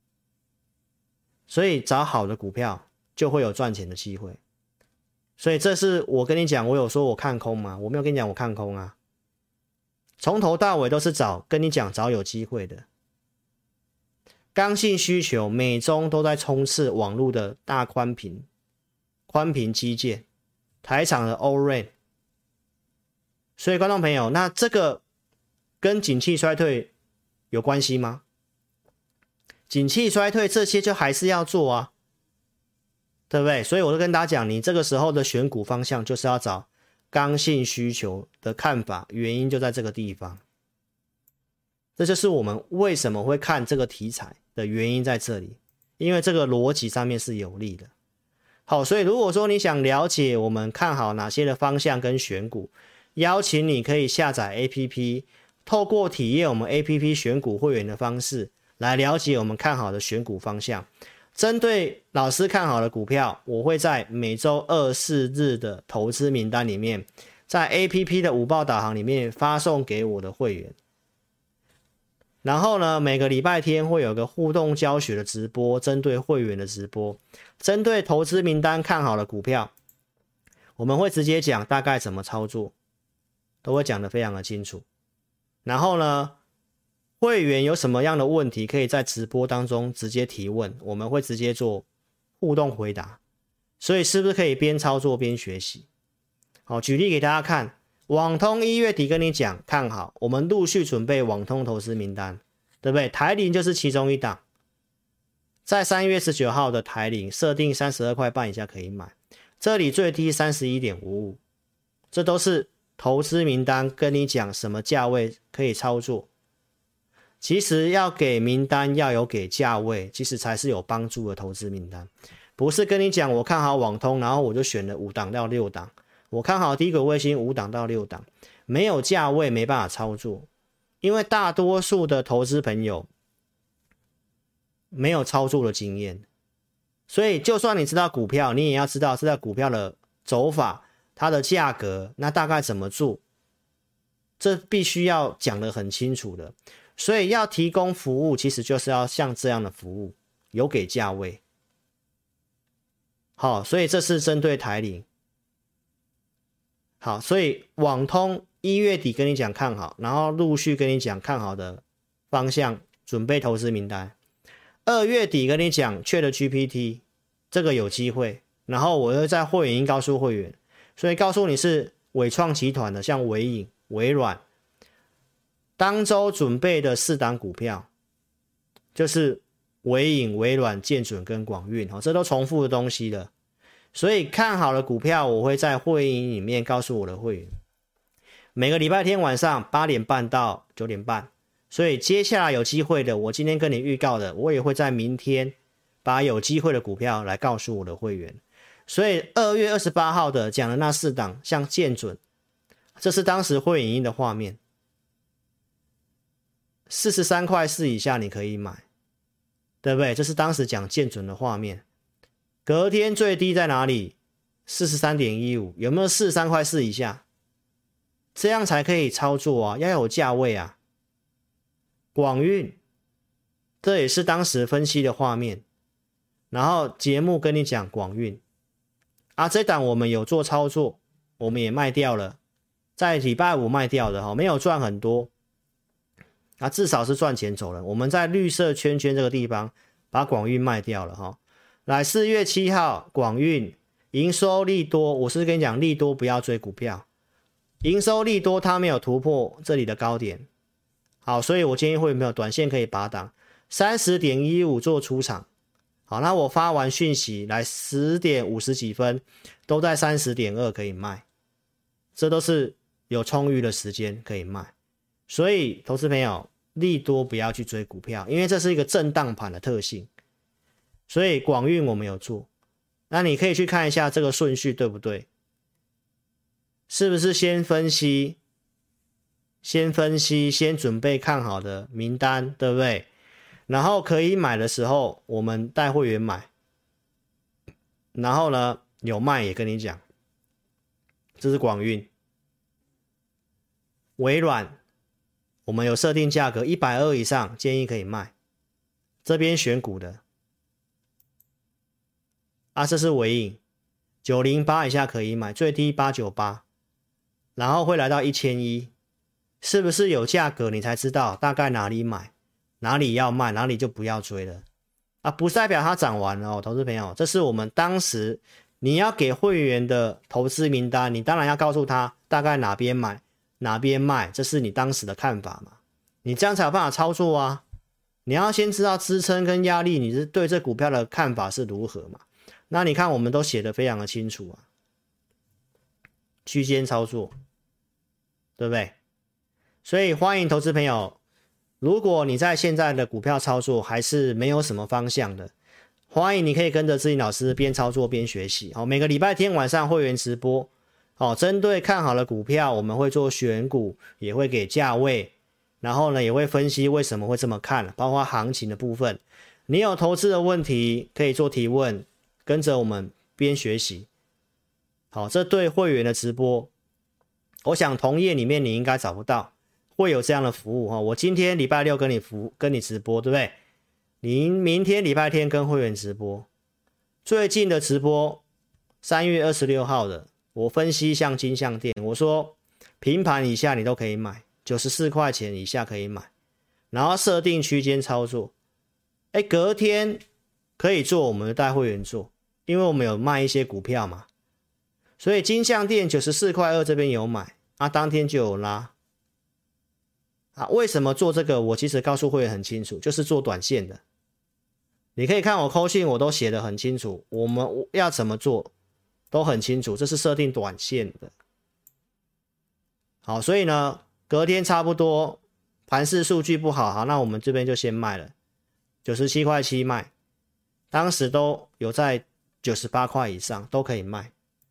所以找好的股票就会有赚钱的机会，所以这是我跟你讲，我有说我看空吗？我没有跟你讲我看空啊，从头到尾都是跟你讲找有机会的。刚性需求美中都在冲刺网络的大宽频基建，台厂的 ORAN， 所以观众朋友，那这个跟景气衰退有关系吗？景气衰退这些就还是要做啊，对不对？所以我就跟大家讲，你这个时候的选股方向就是要找刚性需求的看法，原因就在这个地方。这就是我们为什么会看这个题材的原因在这里，因为这个逻辑上面是有利的。好，所以如果说你想了解我们看好哪些的方向跟选股，邀请你可以下载 APP， 透过体验我们 APP 选股会员的方式来了解我们看好的选股方向。针对老师看好的股票，我会在每周2、4日的投资名单里面，在 APP 的午报导航里面发送给我的会员。然后呢，每个礼拜天会有个互动教学的直播，针对会员的直播，针对投资名单看好的股票，我们会直接讲大概怎么操作，都会讲得非常的清楚。然后呢，会员有什么样的问题，可以在直播当中直接提问，我们会直接做互动回答。所以是不是可以边操作边学习？好，举例给大家看。网通1月底跟你讲看好，我们陆续准备网通投资名单，对不对？台铃就是其中一档，在3月19号的台铃设定32块半以下可以买，这里最低 31.55， 这都是投资名单跟你讲什么价位可以操作。其实要给名单要有给价位，其实才是有帮助的投资名单，不是跟你讲我看好网通，然后我就选了5档到6档。我看好低轨卫星5档到6档，没有价位没办法操作，因为大多数的投资朋友没有操作的经验，所以就算你知道股票，你也要知道这在股票的走法，它的价格，那大概怎么做，这必须要讲得很清楚的。所以要提供服务，其实就是要像这样的服务，有给价位。好，所以这是针对台铃。好，所以网通1月底跟你讲看好，然后陆续跟你讲看好的方向，准备投资名单。2月底跟你讲 ChatGPT 这个有机会，然后我又在会员告诉会员，所以告诉你是伟创集团的，像伟影、微软，当周准备的4档股票，就是伟影、微软、建准跟广运，这都重复的东西了。所以看好的股票，我会在会议里面告诉我的会员，每个礼拜天晚上8点半到9点半。所以接下来有机会的，我今天跟你预告的，我也会在明天把有机会的股票来告诉我的会员。所以2月28号的讲的那4档，像建准，这是当时会员营的画面，43块4以下你可以买，对不对？这是当时讲建准的画面。隔天最低在哪里？ 43.15， 有没有43块4以下？这样才可以操作啊，要有价位啊。广运，这也是当时分析的画面，然后节目跟你讲广运啊，这档我们有做操作，我们也卖掉了，在礼拜五卖掉的，没有赚很多啊，至少是赚钱走了。我们在绿色圈圈这个地方把广运卖掉了。来4月7号广运营收利多，我是跟你讲利多不要追股票，营收利多它没有突破这里的高点。好，所以我建议会有没有短线可以拔档 30.15 做出场。好，那我发完讯息来10点50几分都在 30.2 可以卖，这都是有充裕的时间可以卖。所以投资朋友利多不要去追股票，因为这是一个震荡盘的特性。所以广运我们有做，那你可以去看一下这个顺序对不对，是不是先分析先准备看好的名单，对不对？然后可以买的时候我们带会员买，然后呢有卖也跟你讲。这是广运。微软我们有设定价格120以上建议可以卖，这边选股的这是微影908以下可以买，最低898，然后会来到1100，是不是有价格你才知道大概哪里买，哪里要卖，哪里就不要追了不是代表它涨完了投资朋友，这是我们当时你要给会员的投资名单，你当然要告诉他大概哪边买， 哪边卖，这是你当时的看法嘛？你这样才有办法操作啊！你要先知道支撑跟压力，你是对这股票的看法是如何嘛？那你看我们都写得非常的清楚啊，区间操作，对不对？所以欢迎投资朋友，如果你在现在的股票操作还是没有什么方向的，欢迎你可以跟着志霖老师边操作边学习。每个礼拜天晚上会员直播，针对看好的股票，我们会做选股，也会给价位，然后呢也会分析为什么会这么看，包括行情的部分。你有投资的问题可以做提问，跟着我们边学习。好，这对会员的直播，我想同业里面你应该找不到会有这样的服务。我今天礼拜六跟你直播，对不对？你明天礼拜天跟会员直播。最近的直播3月26号的，我分析像金像电，我说平盘以下你都可以买，94块钱以下可以买，然后设定区间操作。隔天可以做，我们带会员做，因为我们有卖一些股票嘛，所以金像电94.2块这边有买啊，当天就有拉啊。为什么做这个？我其实告诉会员很清楚，就是做短线的。你可以看我扣讯，我都写得很清楚，我们要怎么做都很清楚，这是设定短线的。好，所以呢，隔天差不多盘势数据不好，好，那我们这边就先卖了，97.7块卖，当时都有在98块以上，都可以卖，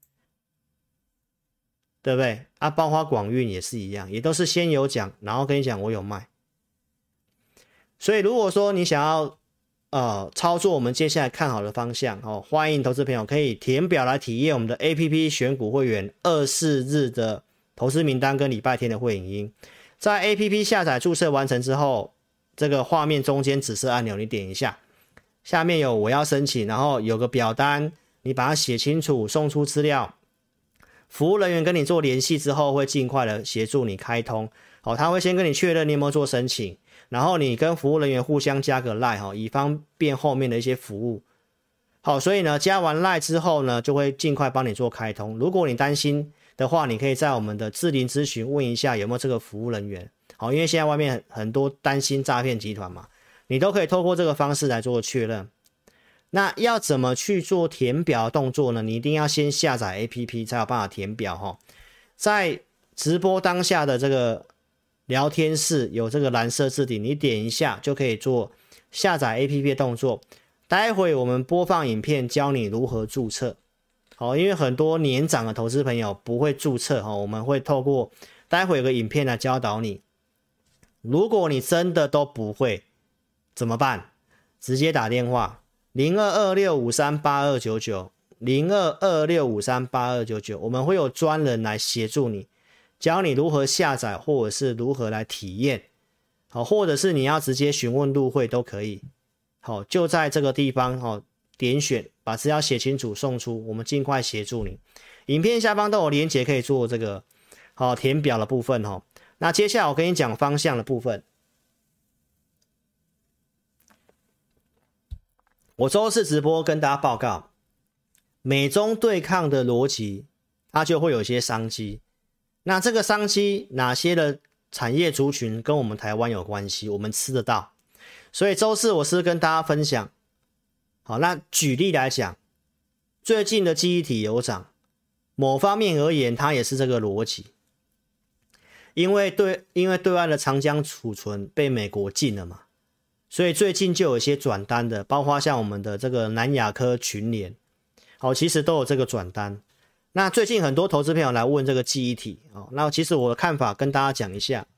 对不对？啊，包括广运也是一样，也都是先有讲，然后跟你讲我有卖。所以如果说你想要操作我们接下来看好的方向，欢迎投资朋友可以填表来体验我们的 APP 选股会员24日的投资名单跟礼拜天的会影音。在 APP 下载注册完成之后，这个画面中间紫色按钮你点一下，下面有我要申请，然后有个表单，你把它写清楚，送出资料，服务人员跟你做联系之后，会尽快的协助你开通。他会先跟你确认你有没有做申请，然后你跟服务人员互相加个 LINE 以方便后面的一些服务。好，所以呢，加完 LINE 之后呢，就会尽快帮你做开通。如果你担心的话，你可以在我们的智霖咨询问一下有没有这个服务人员。好，因为现在外面很多担心诈骗集团嘛，你都可以透过这个方式来做确认。那要怎么去做填表动作呢？你一定要先下载 APP 才有办法填表。在直播当下的这个聊天室有这个蓝色置顶，你点一下就可以做下载 APP 的动作。待会我们播放影片教你如何注册。好，因为很多年长的投资朋友不会注册，我们会透过待会有个影片来教导你。如果你真的都不会怎么办？直接打电话0226538299 0226538299，我们会有专人来协助你，教你如何下载或者是如何来体验。好，或者是你要直接询问入会都可以。好，就在这个地方点选把资料写清楚送出，我们尽快协助你。影片下方都有连结可以做这个填表的部分。那接下来我跟你讲方向的部分。我周四直播跟大家报告，美中对抗的逻辑，它就会有一些商机。那这个商机哪些的产业族群跟我们台湾有关系，我们吃得到。所以周四我是跟大家分享。好，那举例来讲，最近的记忆体有涨，某方面而言它也是这个逻辑。因为对岸的长江储存被美国禁了嘛，所以最近就有一些转单的，包括像我们的这个南亚科、群联，其实都有这个转单。那最近很多投资朋友来问这个记忆体，那其实我的看法跟大家讲一下。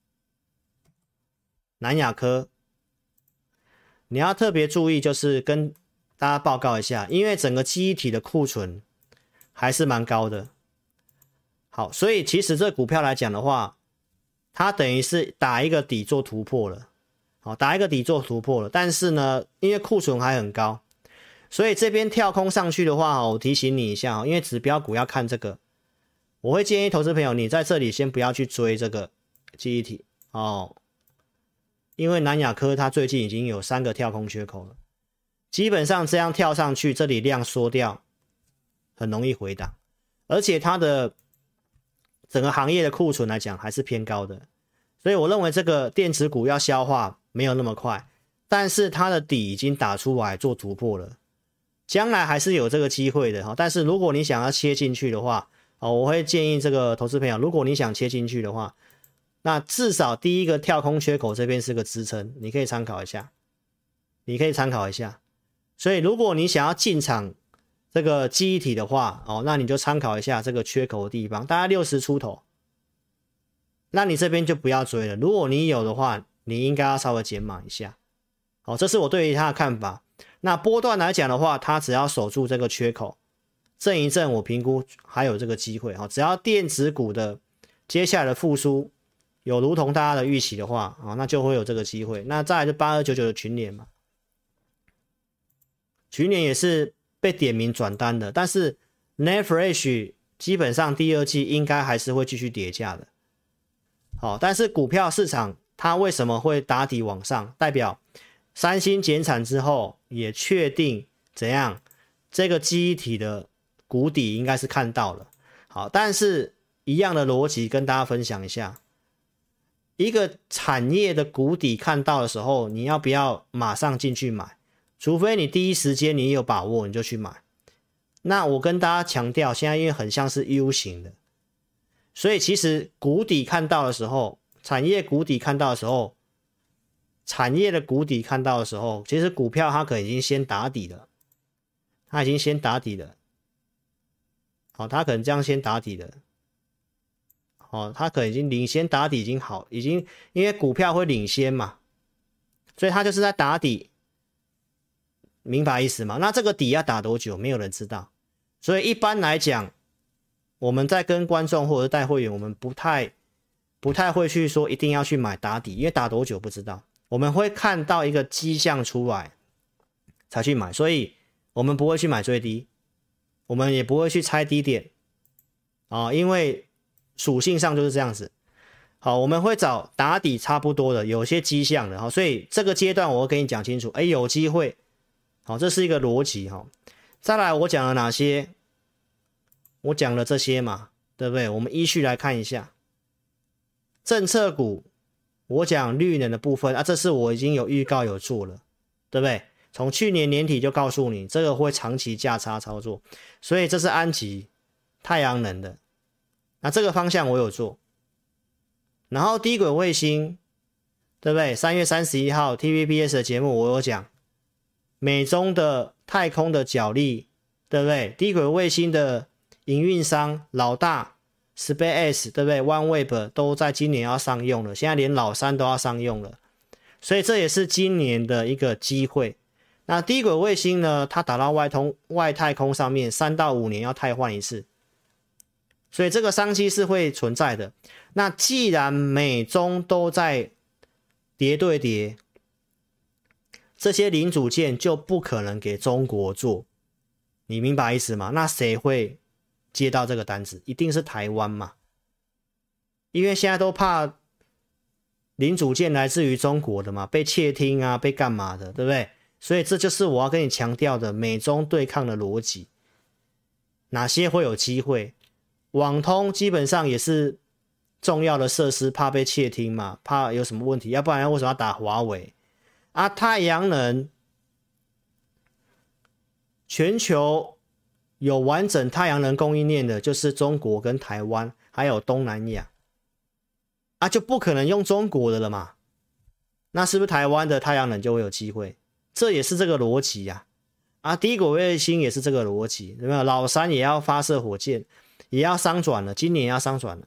南亚科，你要特别注意，就是跟大家报告一下，因为整个记忆体的库存还是蛮高的。好，所以其实这股票来讲的话，它等于是打一个底做突破了。好，打一个底做突破了，但是呢，因为库存还很高，所以这边跳空上去的话，我提醒你一下，因为指标股要看这个，我会建议投资朋友你在这里先不要去追这个记忆体因为南亚科它最近已经有3个跳空缺口了，基本上这样跳上去，这里量缩掉，很容易回档，而且它的整个行业的库存来讲还是偏高的，所以我认为这个电子股要消化没有那么快，但是它的底已经打出来做突破了，将来还是有这个机会的。但是如果你想要切进去的话，我会建议这个投资朋友，如果你想切进去的话，那至少第一个跳空缺口这边是个支撑，你可以参考一下，所以如果你想要进场这个记忆体的话，那你就参考一下这个缺口的地方，大概60出头，那你这边就不要追了。如果你有的话，你应该要稍微减码一下。这是我对于它的看法。那波段来讲的话，它只要守住这个缺口，震一震，我评估还有这个机会。只要电子股的接下来的复苏有如同大家的预期的话，那就会有这个机会。那再来就8299的群联嘛，群联也是被点名转单的，但是 Netfresh 基本上第二季应该还是会继续跌价的。但是股票市场它为什么会打底往上？代表三星减产之后也确定怎样，这个记忆体的谷底应该是看到了。但是一样的逻辑跟大家分享一下，一个产业的谷底看到的时候，你要不要马上进去买？除非你第一时间你有把握，你就去买。那我跟大家强调，现在因为很像是 U 型的，所以其实谷底看到的时候，产业谷底看到的时候，其实股票它可能已经先打底了，它可能这样先打底了，它可能已经领先打底，已经因为股票会领先嘛，所以它就是在打底，明白意思吗？那这个底要打多久，没有人知道，所以一般来讲，我们在跟观众或者带会员，我们不太会去说一定要去买打底，因为打多久不知道，我们会看到一个迹象出来才去买，所以我们不会去买最低，我们也不会去猜低点因为属性上就是这样子。我们会找打底差不多的，有些迹象的，所以这个阶段我会跟你讲清楚，有机会，这是一个逻辑。再来我讲了哪些？我讲了这些嘛，对不对？我们依序来看一下政策股，我讲绿能的部分这是我已经有预告有做了，对不对？从去年年底就告诉你这个会长期价差操作，所以这是安集太阳能的，那这个方向我有做。然后低轨卫星，对不对？3月31号 TVBS 的节目我有讲美中的太空的角力，对不对？低轨卫星的营运商老大 SpaceX， 对不对？ OneWeb 都在今年要上用了，现在连老三都要上用了，所以这也是今年的一个机会。那低轨卫星呢，它打到外太空上面3到5年要汰换一次，所以这个商机是会存在的。那既然美中都在叠对叠，这些零组件就不可能给中国做，你明白意思吗？那谁会接到这个单子？一定是台湾嘛，因为现在都怕零组件来自于中国的嘛，被窃听啊，被干嘛的，对不对？所以这就是我要跟你强调的美中对抗的逻辑。哪些会有机会？网通基本上也是重要的设施，怕被窃听嘛，怕有什么问题，要不然为什么要打华为太阳能全球有完整太阳能供应链的就是中国跟台湾还有东南亚就不可能用中国的了嘛，那是不是台湾的太阳能就会有机会？这也是这个逻辑低轨卫星也是这个逻辑，有没有？老三也要发射火箭，也要商转了，今年也要商转了，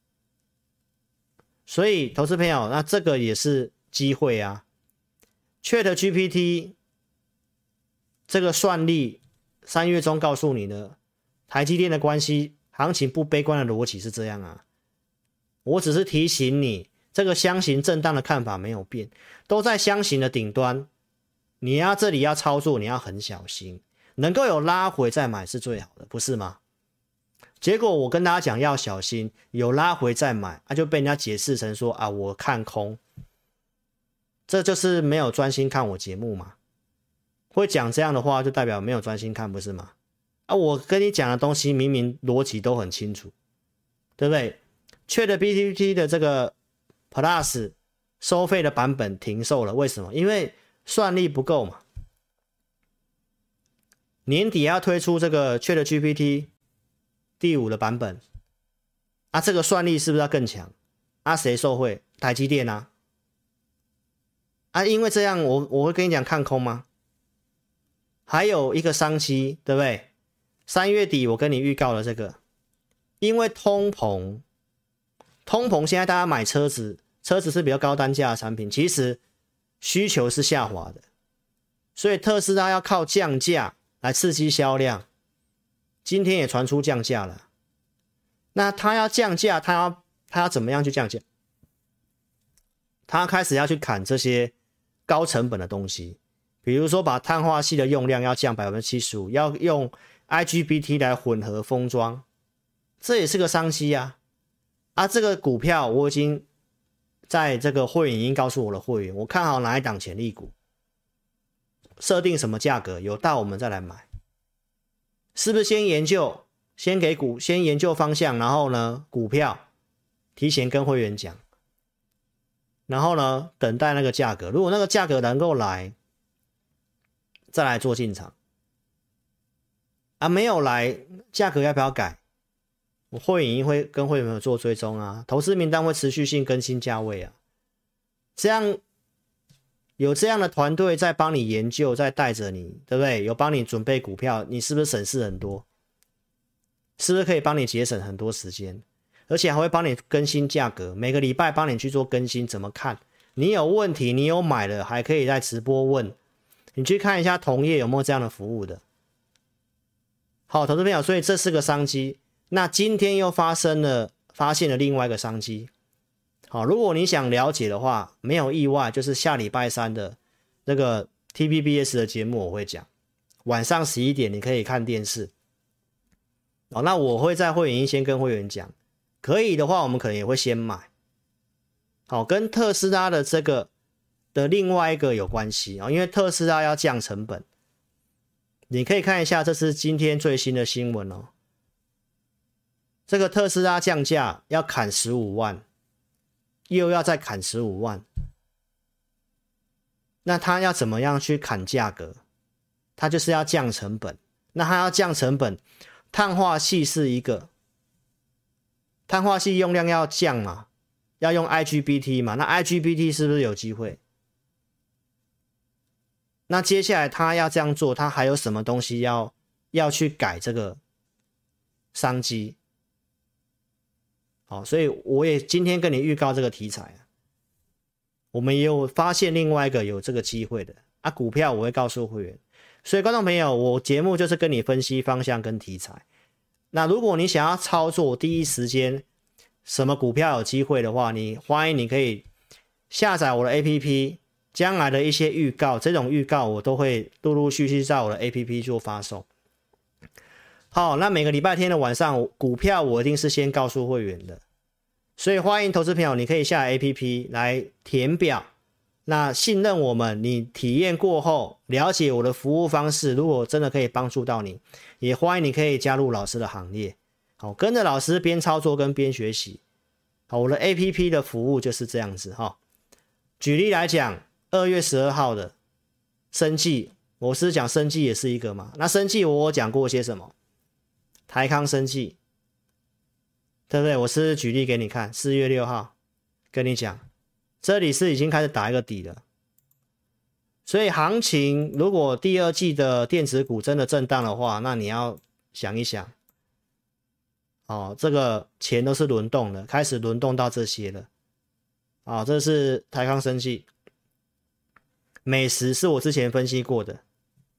所以投资朋友，那这个也是机会ChatGPT 这个算力3月中告诉你的台积电的关系行情不悲观的逻辑是这样我只是提醒你，这个箱型震荡的看法没有变，都在箱型的顶端，你要这里要操作，你要很小心，能够有拉回再买是最好的，不是吗？结果我跟大家讲要小心，有拉回再买就被人家解释成说我看空，这就是没有专心看我节目嘛。会讲这样的话就代表没有专心看，不是吗？我跟你讲的东西明明逻辑都很清楚，对不对？ ChatGPT 的这个 Plus 收费的版本停售了，为什么？因为算力不够嘛。年底要推出这个 ChatGPT 第5的版本啊，这个算力是不是要更强啊？谁受惠？台积电啊。啊，因为这样我会跟你讲看空吗？还有一个商机，对不对？3月底我跟你预告了这个，因为通膨现在大家买车子是比较高单价的产品，其实需求是下滑的，所以特斯拉要靠降价来刺激销量。今天也传出降价了，那他要降价，他要怎么样去降价？他开始要去砍这些高成本的东西，比如说把碳化矽的用量要降 75%， 要用 IGBT 来混合封装，这也是个商机啊。这个股票我已经在这个会员已经告诉我的会员，我看好哪一档潜力股，设定什么价格，有到我们再来买。是不是先研究，先研究方向，然后呢股票提前跟会员讲，然后呢等待那个价格，如果那个价格能够来，再来做进场。没有来，价格要不要改？我会员会跟会员做追踪啊，投资名单会持续性更新价位啊，这样有这样的团队在帮你研究，在带着你，对不对？有帮你准备股票，你是不是省事很多？是不是可以帮你节省很多时间？而且还会帮你更新价格，每个礼拜帮你去做更新，怎么看？你有问题，你有买了，还可以在直播问，你去看一下同业有没有这样的服务的。好，投资朋友，所以这是个商机。那今天又发现了另外一个商机。好，如果你想了解的话，没有意外，就是下礼拜3的那个 TVBS 的节目我会讲，晚上11点你可以看电视。那我会在会员先跟会员讲，可以的话我们可能也会先买。好，跟特斯拉的这个的另外一个有关系，因为特斯拉要降成本。你可以看一下，这是今天最新的新闻哦。这个特斯拉降价要砍15万，又要再砍15万，那他要怎么样去砍价格？他就是要降成本。那他要降成本，碳化矽是一个，碳化矽用量要降嘛，要用 IGBT 嘛，那 IGBT 是不是有机会？那接下来他要这样做，他还有什么东西要去改这个商机？好，所以我也今天跟你预告这个题材啊，我们也有发现另外一个有这个机会的股票我会告诉会员。所以观众朋友，我节目就是跟你分析方向跟题材。那如果你想要操作第一时间什么股票有机会的话，欢迎你可以下载我的 APP， 将来的一些预告，这种预告我都会陆陆续续在我的 APP 做发送。好，那每个礼拜天的晚上，股票我一定是先告诉会员的，所以欢迎投资朋友，你可以下载 APP 来填表，那信任我们，你体验过后了解我的服务方式，如果真的可以帮助到你，也欢迎你可以加入老师的行列。好，跟着老师边操作跟边学习。好，我的 APP 的服务就是这样子哈。举例来讲，2月12号的生技，我是讲生技也是一个嘛，那生技我讲过些什么？台康生技，对不对？我是举例给你看，4月6号跟你讲，这里是已经开始打一个底了。所以行情如果第二季的电子股真的震荡的话，那你要想一想，这个钱都是轮动的，开始轮动到这些了。这是台康生技，美食是我之前分析过的，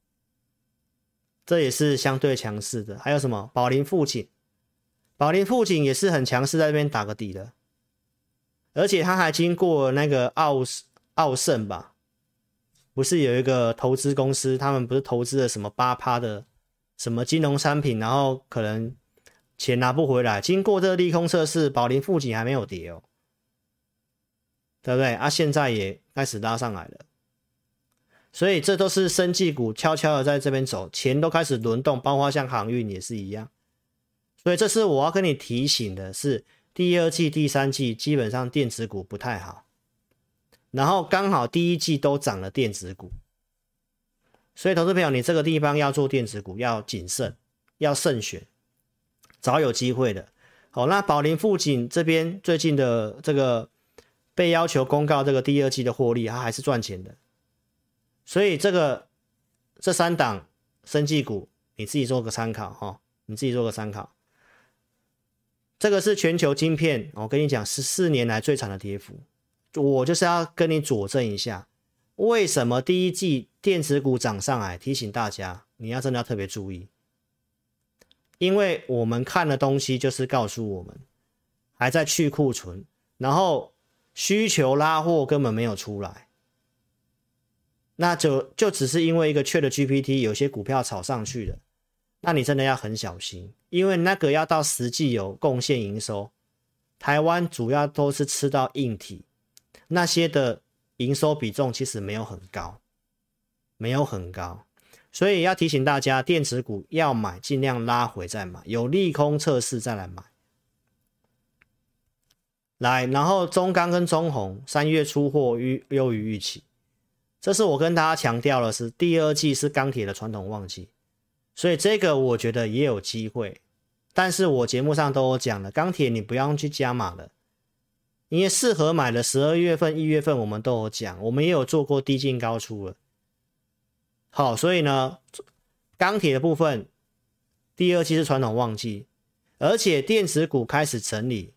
这也是相对强势的。还有什么宝林富锦，宝林富锦也是很强势，在这边打个底的，而且它还经过那个奥盛吧，不是有一个投资公司，他们不是投资了什么 8% 的什么金融商品，然后可能钱拿不回来，经过这个利空测试，宝林富锦还没有跌哦，对不对现在也开始拉上来了。所以这都是生技股悄悄的在这边走，钱都开始轮动，包括像航运也是一样。所以这是我要跟你提醒的是， 第二季、第三季基本上电子股不太好，然后刚好第一季都涨了电子股，所以投资朋友，你这个地方要做电子股要谨慎，要慎选，早有机会的。好，那宝林富锦这边最近的这个被要求公告这个第二季的获利，它还是赚钱的，所以这3档生技股你自己做个参考哈，你自己做个参考。这个是全球晶片，我跟你讲14年来最长的跌幅，我就是要跟你佐证一下，为什么第一季电子股涨上来，提醒大家你要真的要特别注意，因为我们看的东西就是告诉我们还在去库存，然后需求拉货根本没有出来，那就只是因为一个ChatGPT有些股票炒上去了，那你真的要很小心，因为那个要到实际有贡献营收，台湾主要都是吃到硬体，那些的营收比重其实没有很高，没有很高，所以要提醒大家，电子股要买尽量拉回再买，有利空测试再来买。来，然后中钢跟中鸿3月出货优于预期，这是我跟大家强调的是第二季是钢铁的传统旺季，所以这个我觉得也有机会，但是我节目上都有讲了，钢铁你不要去加码了，因为适合买的12月份、1月份我们都有讲，我们也有做过低进高出了。好，所以呢，钢铁的部分第二季是传统旺季，而且电子股开始整理，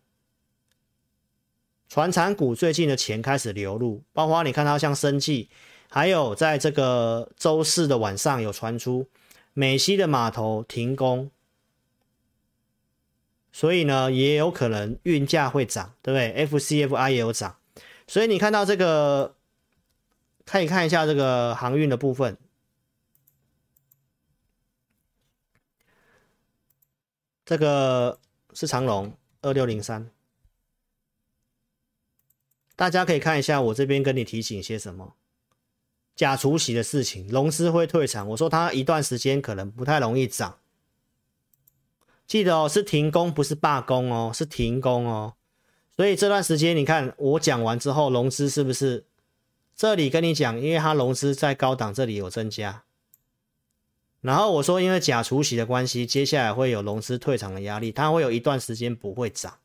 传产股最近的钱开始流入，包括你看到像生技，还有在这个周四的晚上有传出美西的码头停工，所以呢也有可能运价会涨，对不对？ FCFI 也有涨，所以你看到这个可以看一下这个航运的部分，这个是长荣2603，大家可以看一下我这边跟你提醒些什么假除息的事情，融资会退场，我说它一段时间可能不太容易涨，记得哦，是停工不是罢工哦，是停工哦，所以这段时间你看我讲完之后，融资是不是这里跟你讲，因为它融资在高档这里有增加，然后我说因为假除息的关系，接下来会有融资退场的压力，它会有一段时间不会涨。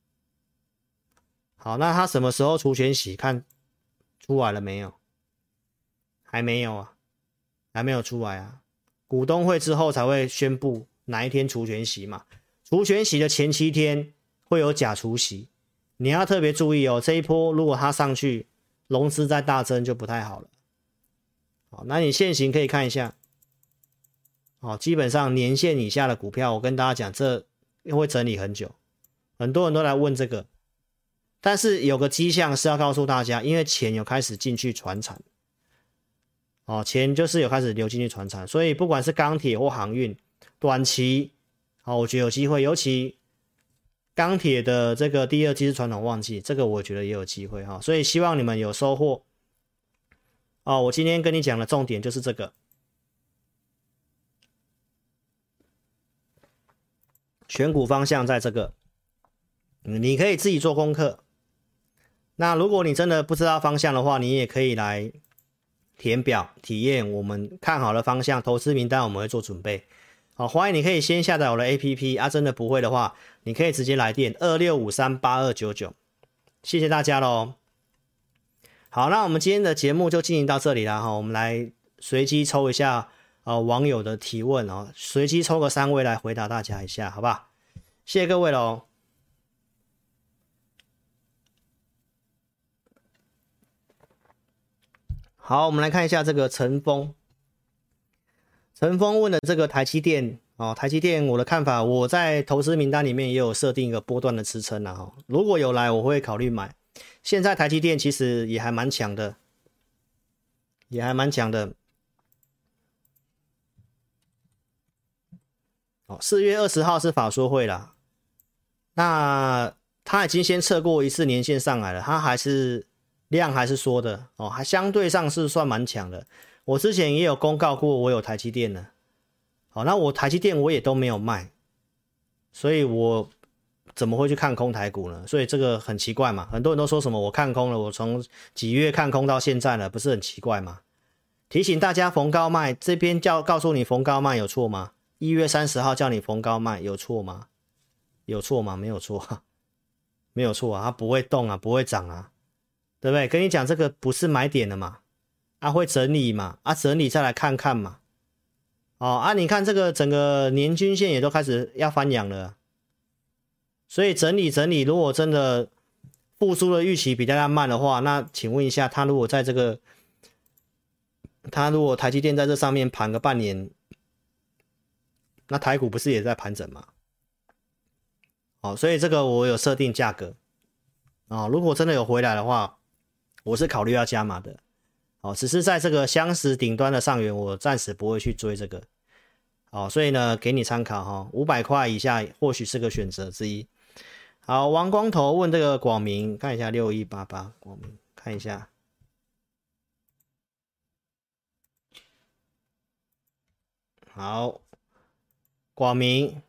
好，那它什么时候除权息？看出来了没有？还没有啊，还没有出来啊。股东会之后才会宣布哪一天除权息嘛。除权息的前7天会有假除息，你要特别注意哦。这一波如果它上去，融资再大增就不太好了。好，那你现行可以看一下。好，基本上年线以下的股票，我跟大家讲，这会整理很久，很多人都来问这个。但是有个迹象是要告诉大家，因为钱有开始进去传产，哦，钱就是有开始流进去传产，所以不管是钢铁或航运，短期，哦，我觉得有机会，尤其钢铁的这个第二季是传统旺季，这个我觉得也有机会哈，所以希望你们有收获。哦，我今天跟你讲的重点就是这个，选股方向在这个，你可以自己做功课。那如果你真的不知道方向的话，你也可以来填表体验我们看好的方向，投资名单我们会做准备。好，欢迎你可以先下载我的 APP 啊，真的不会的话，你可以直接来电26538299。谢谢大家咯。好，那我们今天的节目就进行到这里了哈，我们来随机抽一下网友的提问哦，随机抽个3位来回答大家一下，好不好？谢谢各位咯。好，我们来看一下这个陈峰。陈峰问的这个台积电哦，台积电我的看法，我在投资名单里面也有设定一个波段的支撑啦哈，如果有来我会考虑买。现在台积电其实也还蛮强的，也还蛮强的。哦，4月20号是法说会啦，那他已经先测过一次年线上来了，他还是量还是缩的哦，还相对上是算蛮强的。我之前也有公告过，我有台积电的，好，那我台积电我也都没有卖，所以我怎么会去看空台股呢？所以这个很奇怪嘛，很多人都说什么我看空了，我从几月看空到现在了，不是很奇怪吗？提醒大家逢高卖，这边告诉你逢高卖有错吗？1月30号叫你逢高卖有错吗？有错吗？没有错，没有错啊，它不会动啊，不会涨啊，对不对？跟你讲这个不是买点的嘛，啊会整理嘛，啊整理再来看看嘛，你看这个整个年均线也都开始要翻阳了。所以整理，如果真的复苏的预期比大家慢的话，那请问一下，他如果台积电在这上面盘个半年，那台股不是也在盘整吗？所以这个我有设定价格如果真的有回来的话，我是考虑要加码的只是在这个相时顶端的上缘，我暂时不会去追这个所以呢，给你参考500块以下或许是个选择之一。好，王光头问这个广明，看一下6188广明，看一下。好，广明。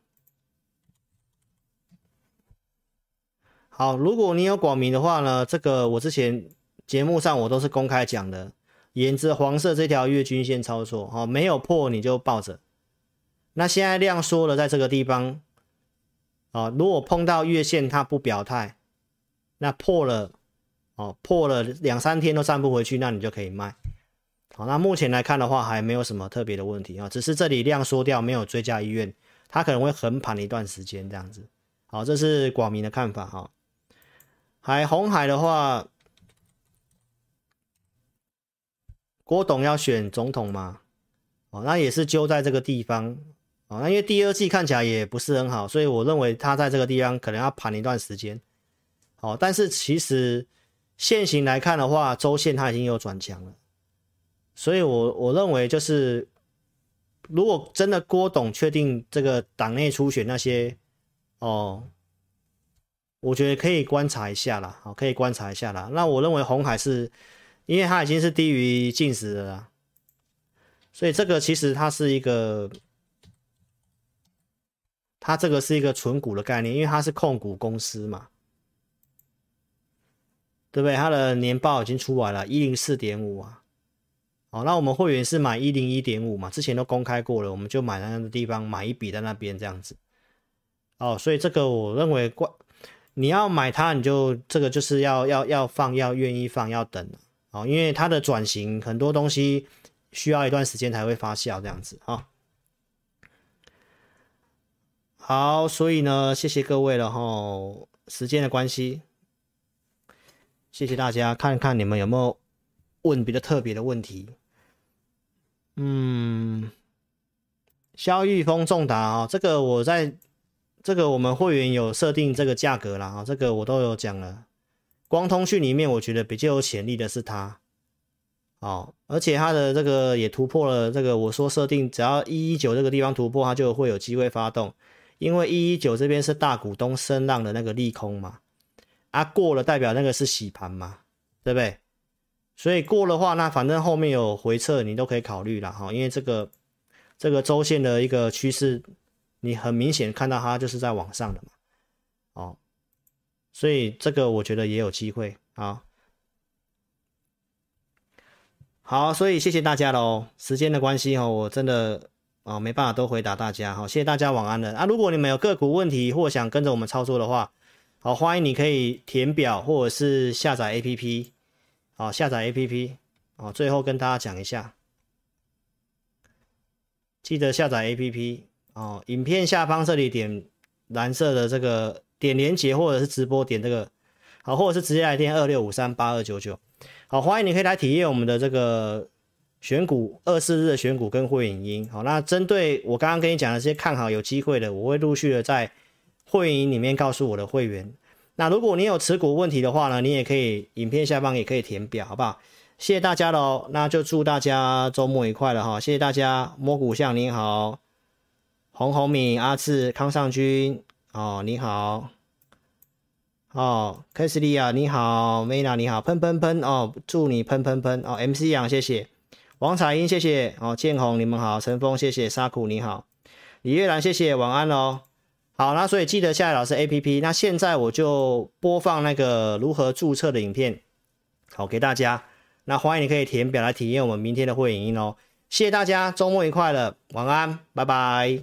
好，如果你有广明的话呢，这个我之前节目上我都是公开讲的，沿着黄色这条月均线操作没有破你就抱着。那现在量缩了，在这个地方如果碰到月线它不表态，那破了2-3天都站不回去，那你就可以卖。那目前来看的话，还没有什么特别的问题只是这里量缩掉，没有追加意愿，它可能会横盘一段时间这样子。好，这是广明的看法红海的话，郭董要选总统嘛那也是揪在这个地方那因为第二季看起来也不是很好，所以我认为他在这个地方可能要盘一段时间但是其实现行来看的话，周线它已经有转强了，所以我认为就是如果真的郭董确定这个党内初选那些我觉得可以观察一下啦可以观察一下啦。那我认为鸿海是因为它已经是低于净值的啦，所以这个其实它是一个纯股的概念，因为它是控股公司嘛，对不对？它的年报已经出来了 104.5 那我们会员是买 101.5 嘛，之前都公开过了，我们就买在那个地方，买一笔在那边这样子所以这个我认为你要买它，你就这个就是要放，要愿意放，要等因为它的转型很多东西需要一段时间才会发酵这样子好，所以呢，谢谢各位了时间的关系，谢谢大家，看看你们有没有问比较特别的问题。萧玉峰重达这个我们会员有设定这个价格啦这个我都有讲了。光通讯里面我觉得比较有潜力的是它而且它的这个也突破了这个我说设定，只要119这个地方突破，它就会有机会发动，因为119这边是大股东声浪的那个利空嘛过了代表那个是洗盘嘛，对不对？所以过的话，那反正后面有回撤你都可以考虑啦因为这个周线的一个趋势你很明显看到它就是在往上的嘛所以这个我觉得也有机会好，所以谢谢大家咯，时间的关系我真的没办法都回答大家谢谢大家，晚安了如果你们有个股问题或想跟着我们操作的话欢迎你可以填表或者是下载 APP 下载 APP 最后跟大家讲一下，记得下载 APP影片下方这里点蓝色的这个点连结或者是直播点这个或者是直接来电26538299欢迎你可以来体验我们的这个选股24日的选股跟会员营那针对我刚刚跟你讲的这些看好有机会的，我会陆续的在会员营里面告诉我的会员。那如果你有持股问题的话呢，你也可以影片下方也可以填表，好不好？谢谢大家咯，那就祝大家周末愉快了谢谢大家，摸骨相你好，洪敏、阿志、康尚君你好凯斯利亚你好，梅娜你好，喷喷喷祝你喷喷喷MC 杨谢谢，王彩英谢谢建宏你们好，陈峰谢谢，沙库你好，李月兰谢谢，晚安好，那所以记得下载老师 APP。那现在我就播放那个如何注册的影片，好给大家。那欢迎你可以填表来体验我们明天的会影音哦。谢谢大家，周末愉快了，晚安，拜拜。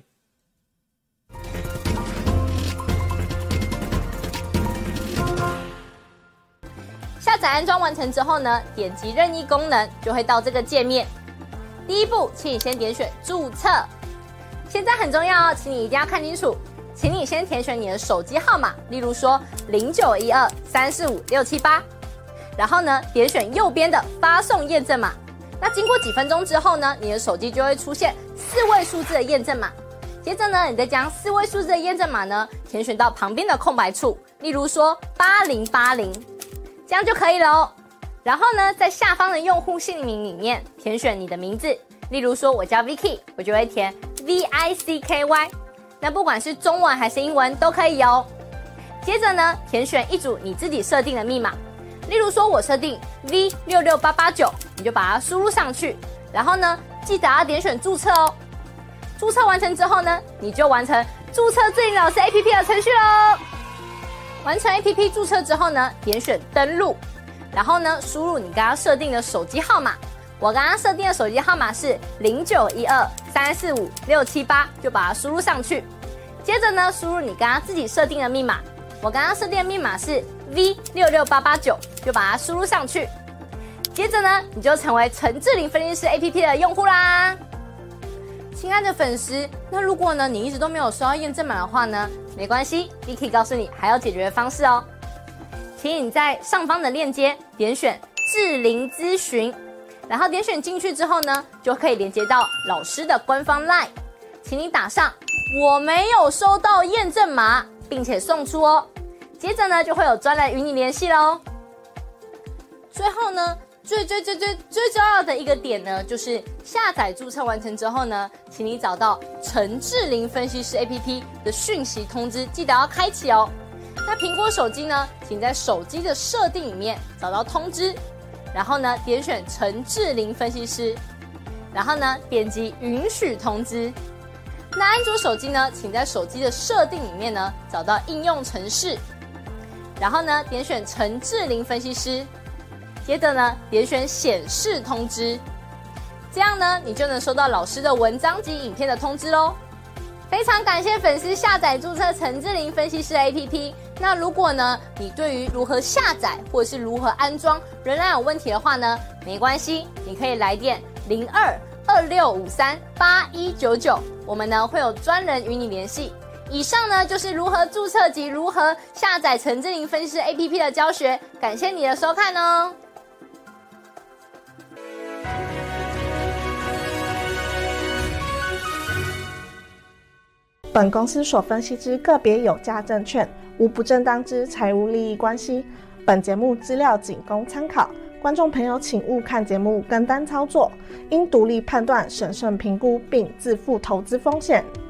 下载安装完成之后呢，点击任意功能就会到这个界面。第一步，请你先点选注册。现在很重要哦，请你一定要看清楚。请你先填选你的手机号码，例如说0912345678，然后呢，点选右边的发送验证码。那经过几分钟之后呢，你的手机就会出现4位数字的验证码。接着呢，你再将4位数字的验证码呢，填选到旁边的空白处，例如说8080，这样就可以了哦。然后呢，在下方的用户姓名里面填选你的名字，例如说我叫 Vicky， 我就会填 VICKY。那不管是中文还是英文都可以哦。接着呢，填选一组你自己设定的密码，例如说我设定 V66889，你就把它输入上去。然后呢，记得要点选注册哦。注册完成之后呢，你就完成注册智霖老师 APP 的程序咯。完成 APP 注册之后呢，点选登录，然后呢，输入你刚刚设定的手机号码。我刚刚设定的手机号码是0912345678，就把它输入上去。接着呢，输入你刚刚自己设定的密码。我刚刚设定的密码是 V66889，就把它输入上去。接着呢，你就成为陈志霖分析师 APP 的用户啦。亲爱的粉丝，那如果呢你一直都没有收到验证码的话呢，没关系 ，Vicky 告诉你还有解决的方式哦。请你在上方的链接点选智霖咨询，然后点选进去之后呢，就可以连接到老师的官方 LINE， 请你打上我没有收到验证码，并且送出哦。接着呢，就会有专人与你联系咯。最后呢，最重要的一个点呢，就是下载注册完成之后呢，请你找到陈志霖分析师 APP 的讯息通知，记得要开启哦。那苹果手机呢，请在手机的设定里面找到通知，然后呢，点选陈志霖分析师，然后呢，点击允许通知。那安卓手机呢，请在手机的设定里面呢，找到应用程式，然后呢，点选陈志霖分析师，接着呢，点选显示通知，这样呢，你就能收到老师的文章及影片的通知咯。非常感谢粉丝下载注册陈志霖分析师 APP。那如果呢，你对于如何下载或者是如何安装仍然有问题的话呢，没关系，你可以来电0226538199，我们呢会有专人与你联系。以上呢就是如何注册及如何下载陈志霖分析师 APP 的教学，感谢你的收看哦。 本公司所分析之个别有价证券，无不正当之财务利益关系。本节目资料仅供参考，观众朋友请勿看节目跟单操作，应独立判断、审慎评估并自负投资风险。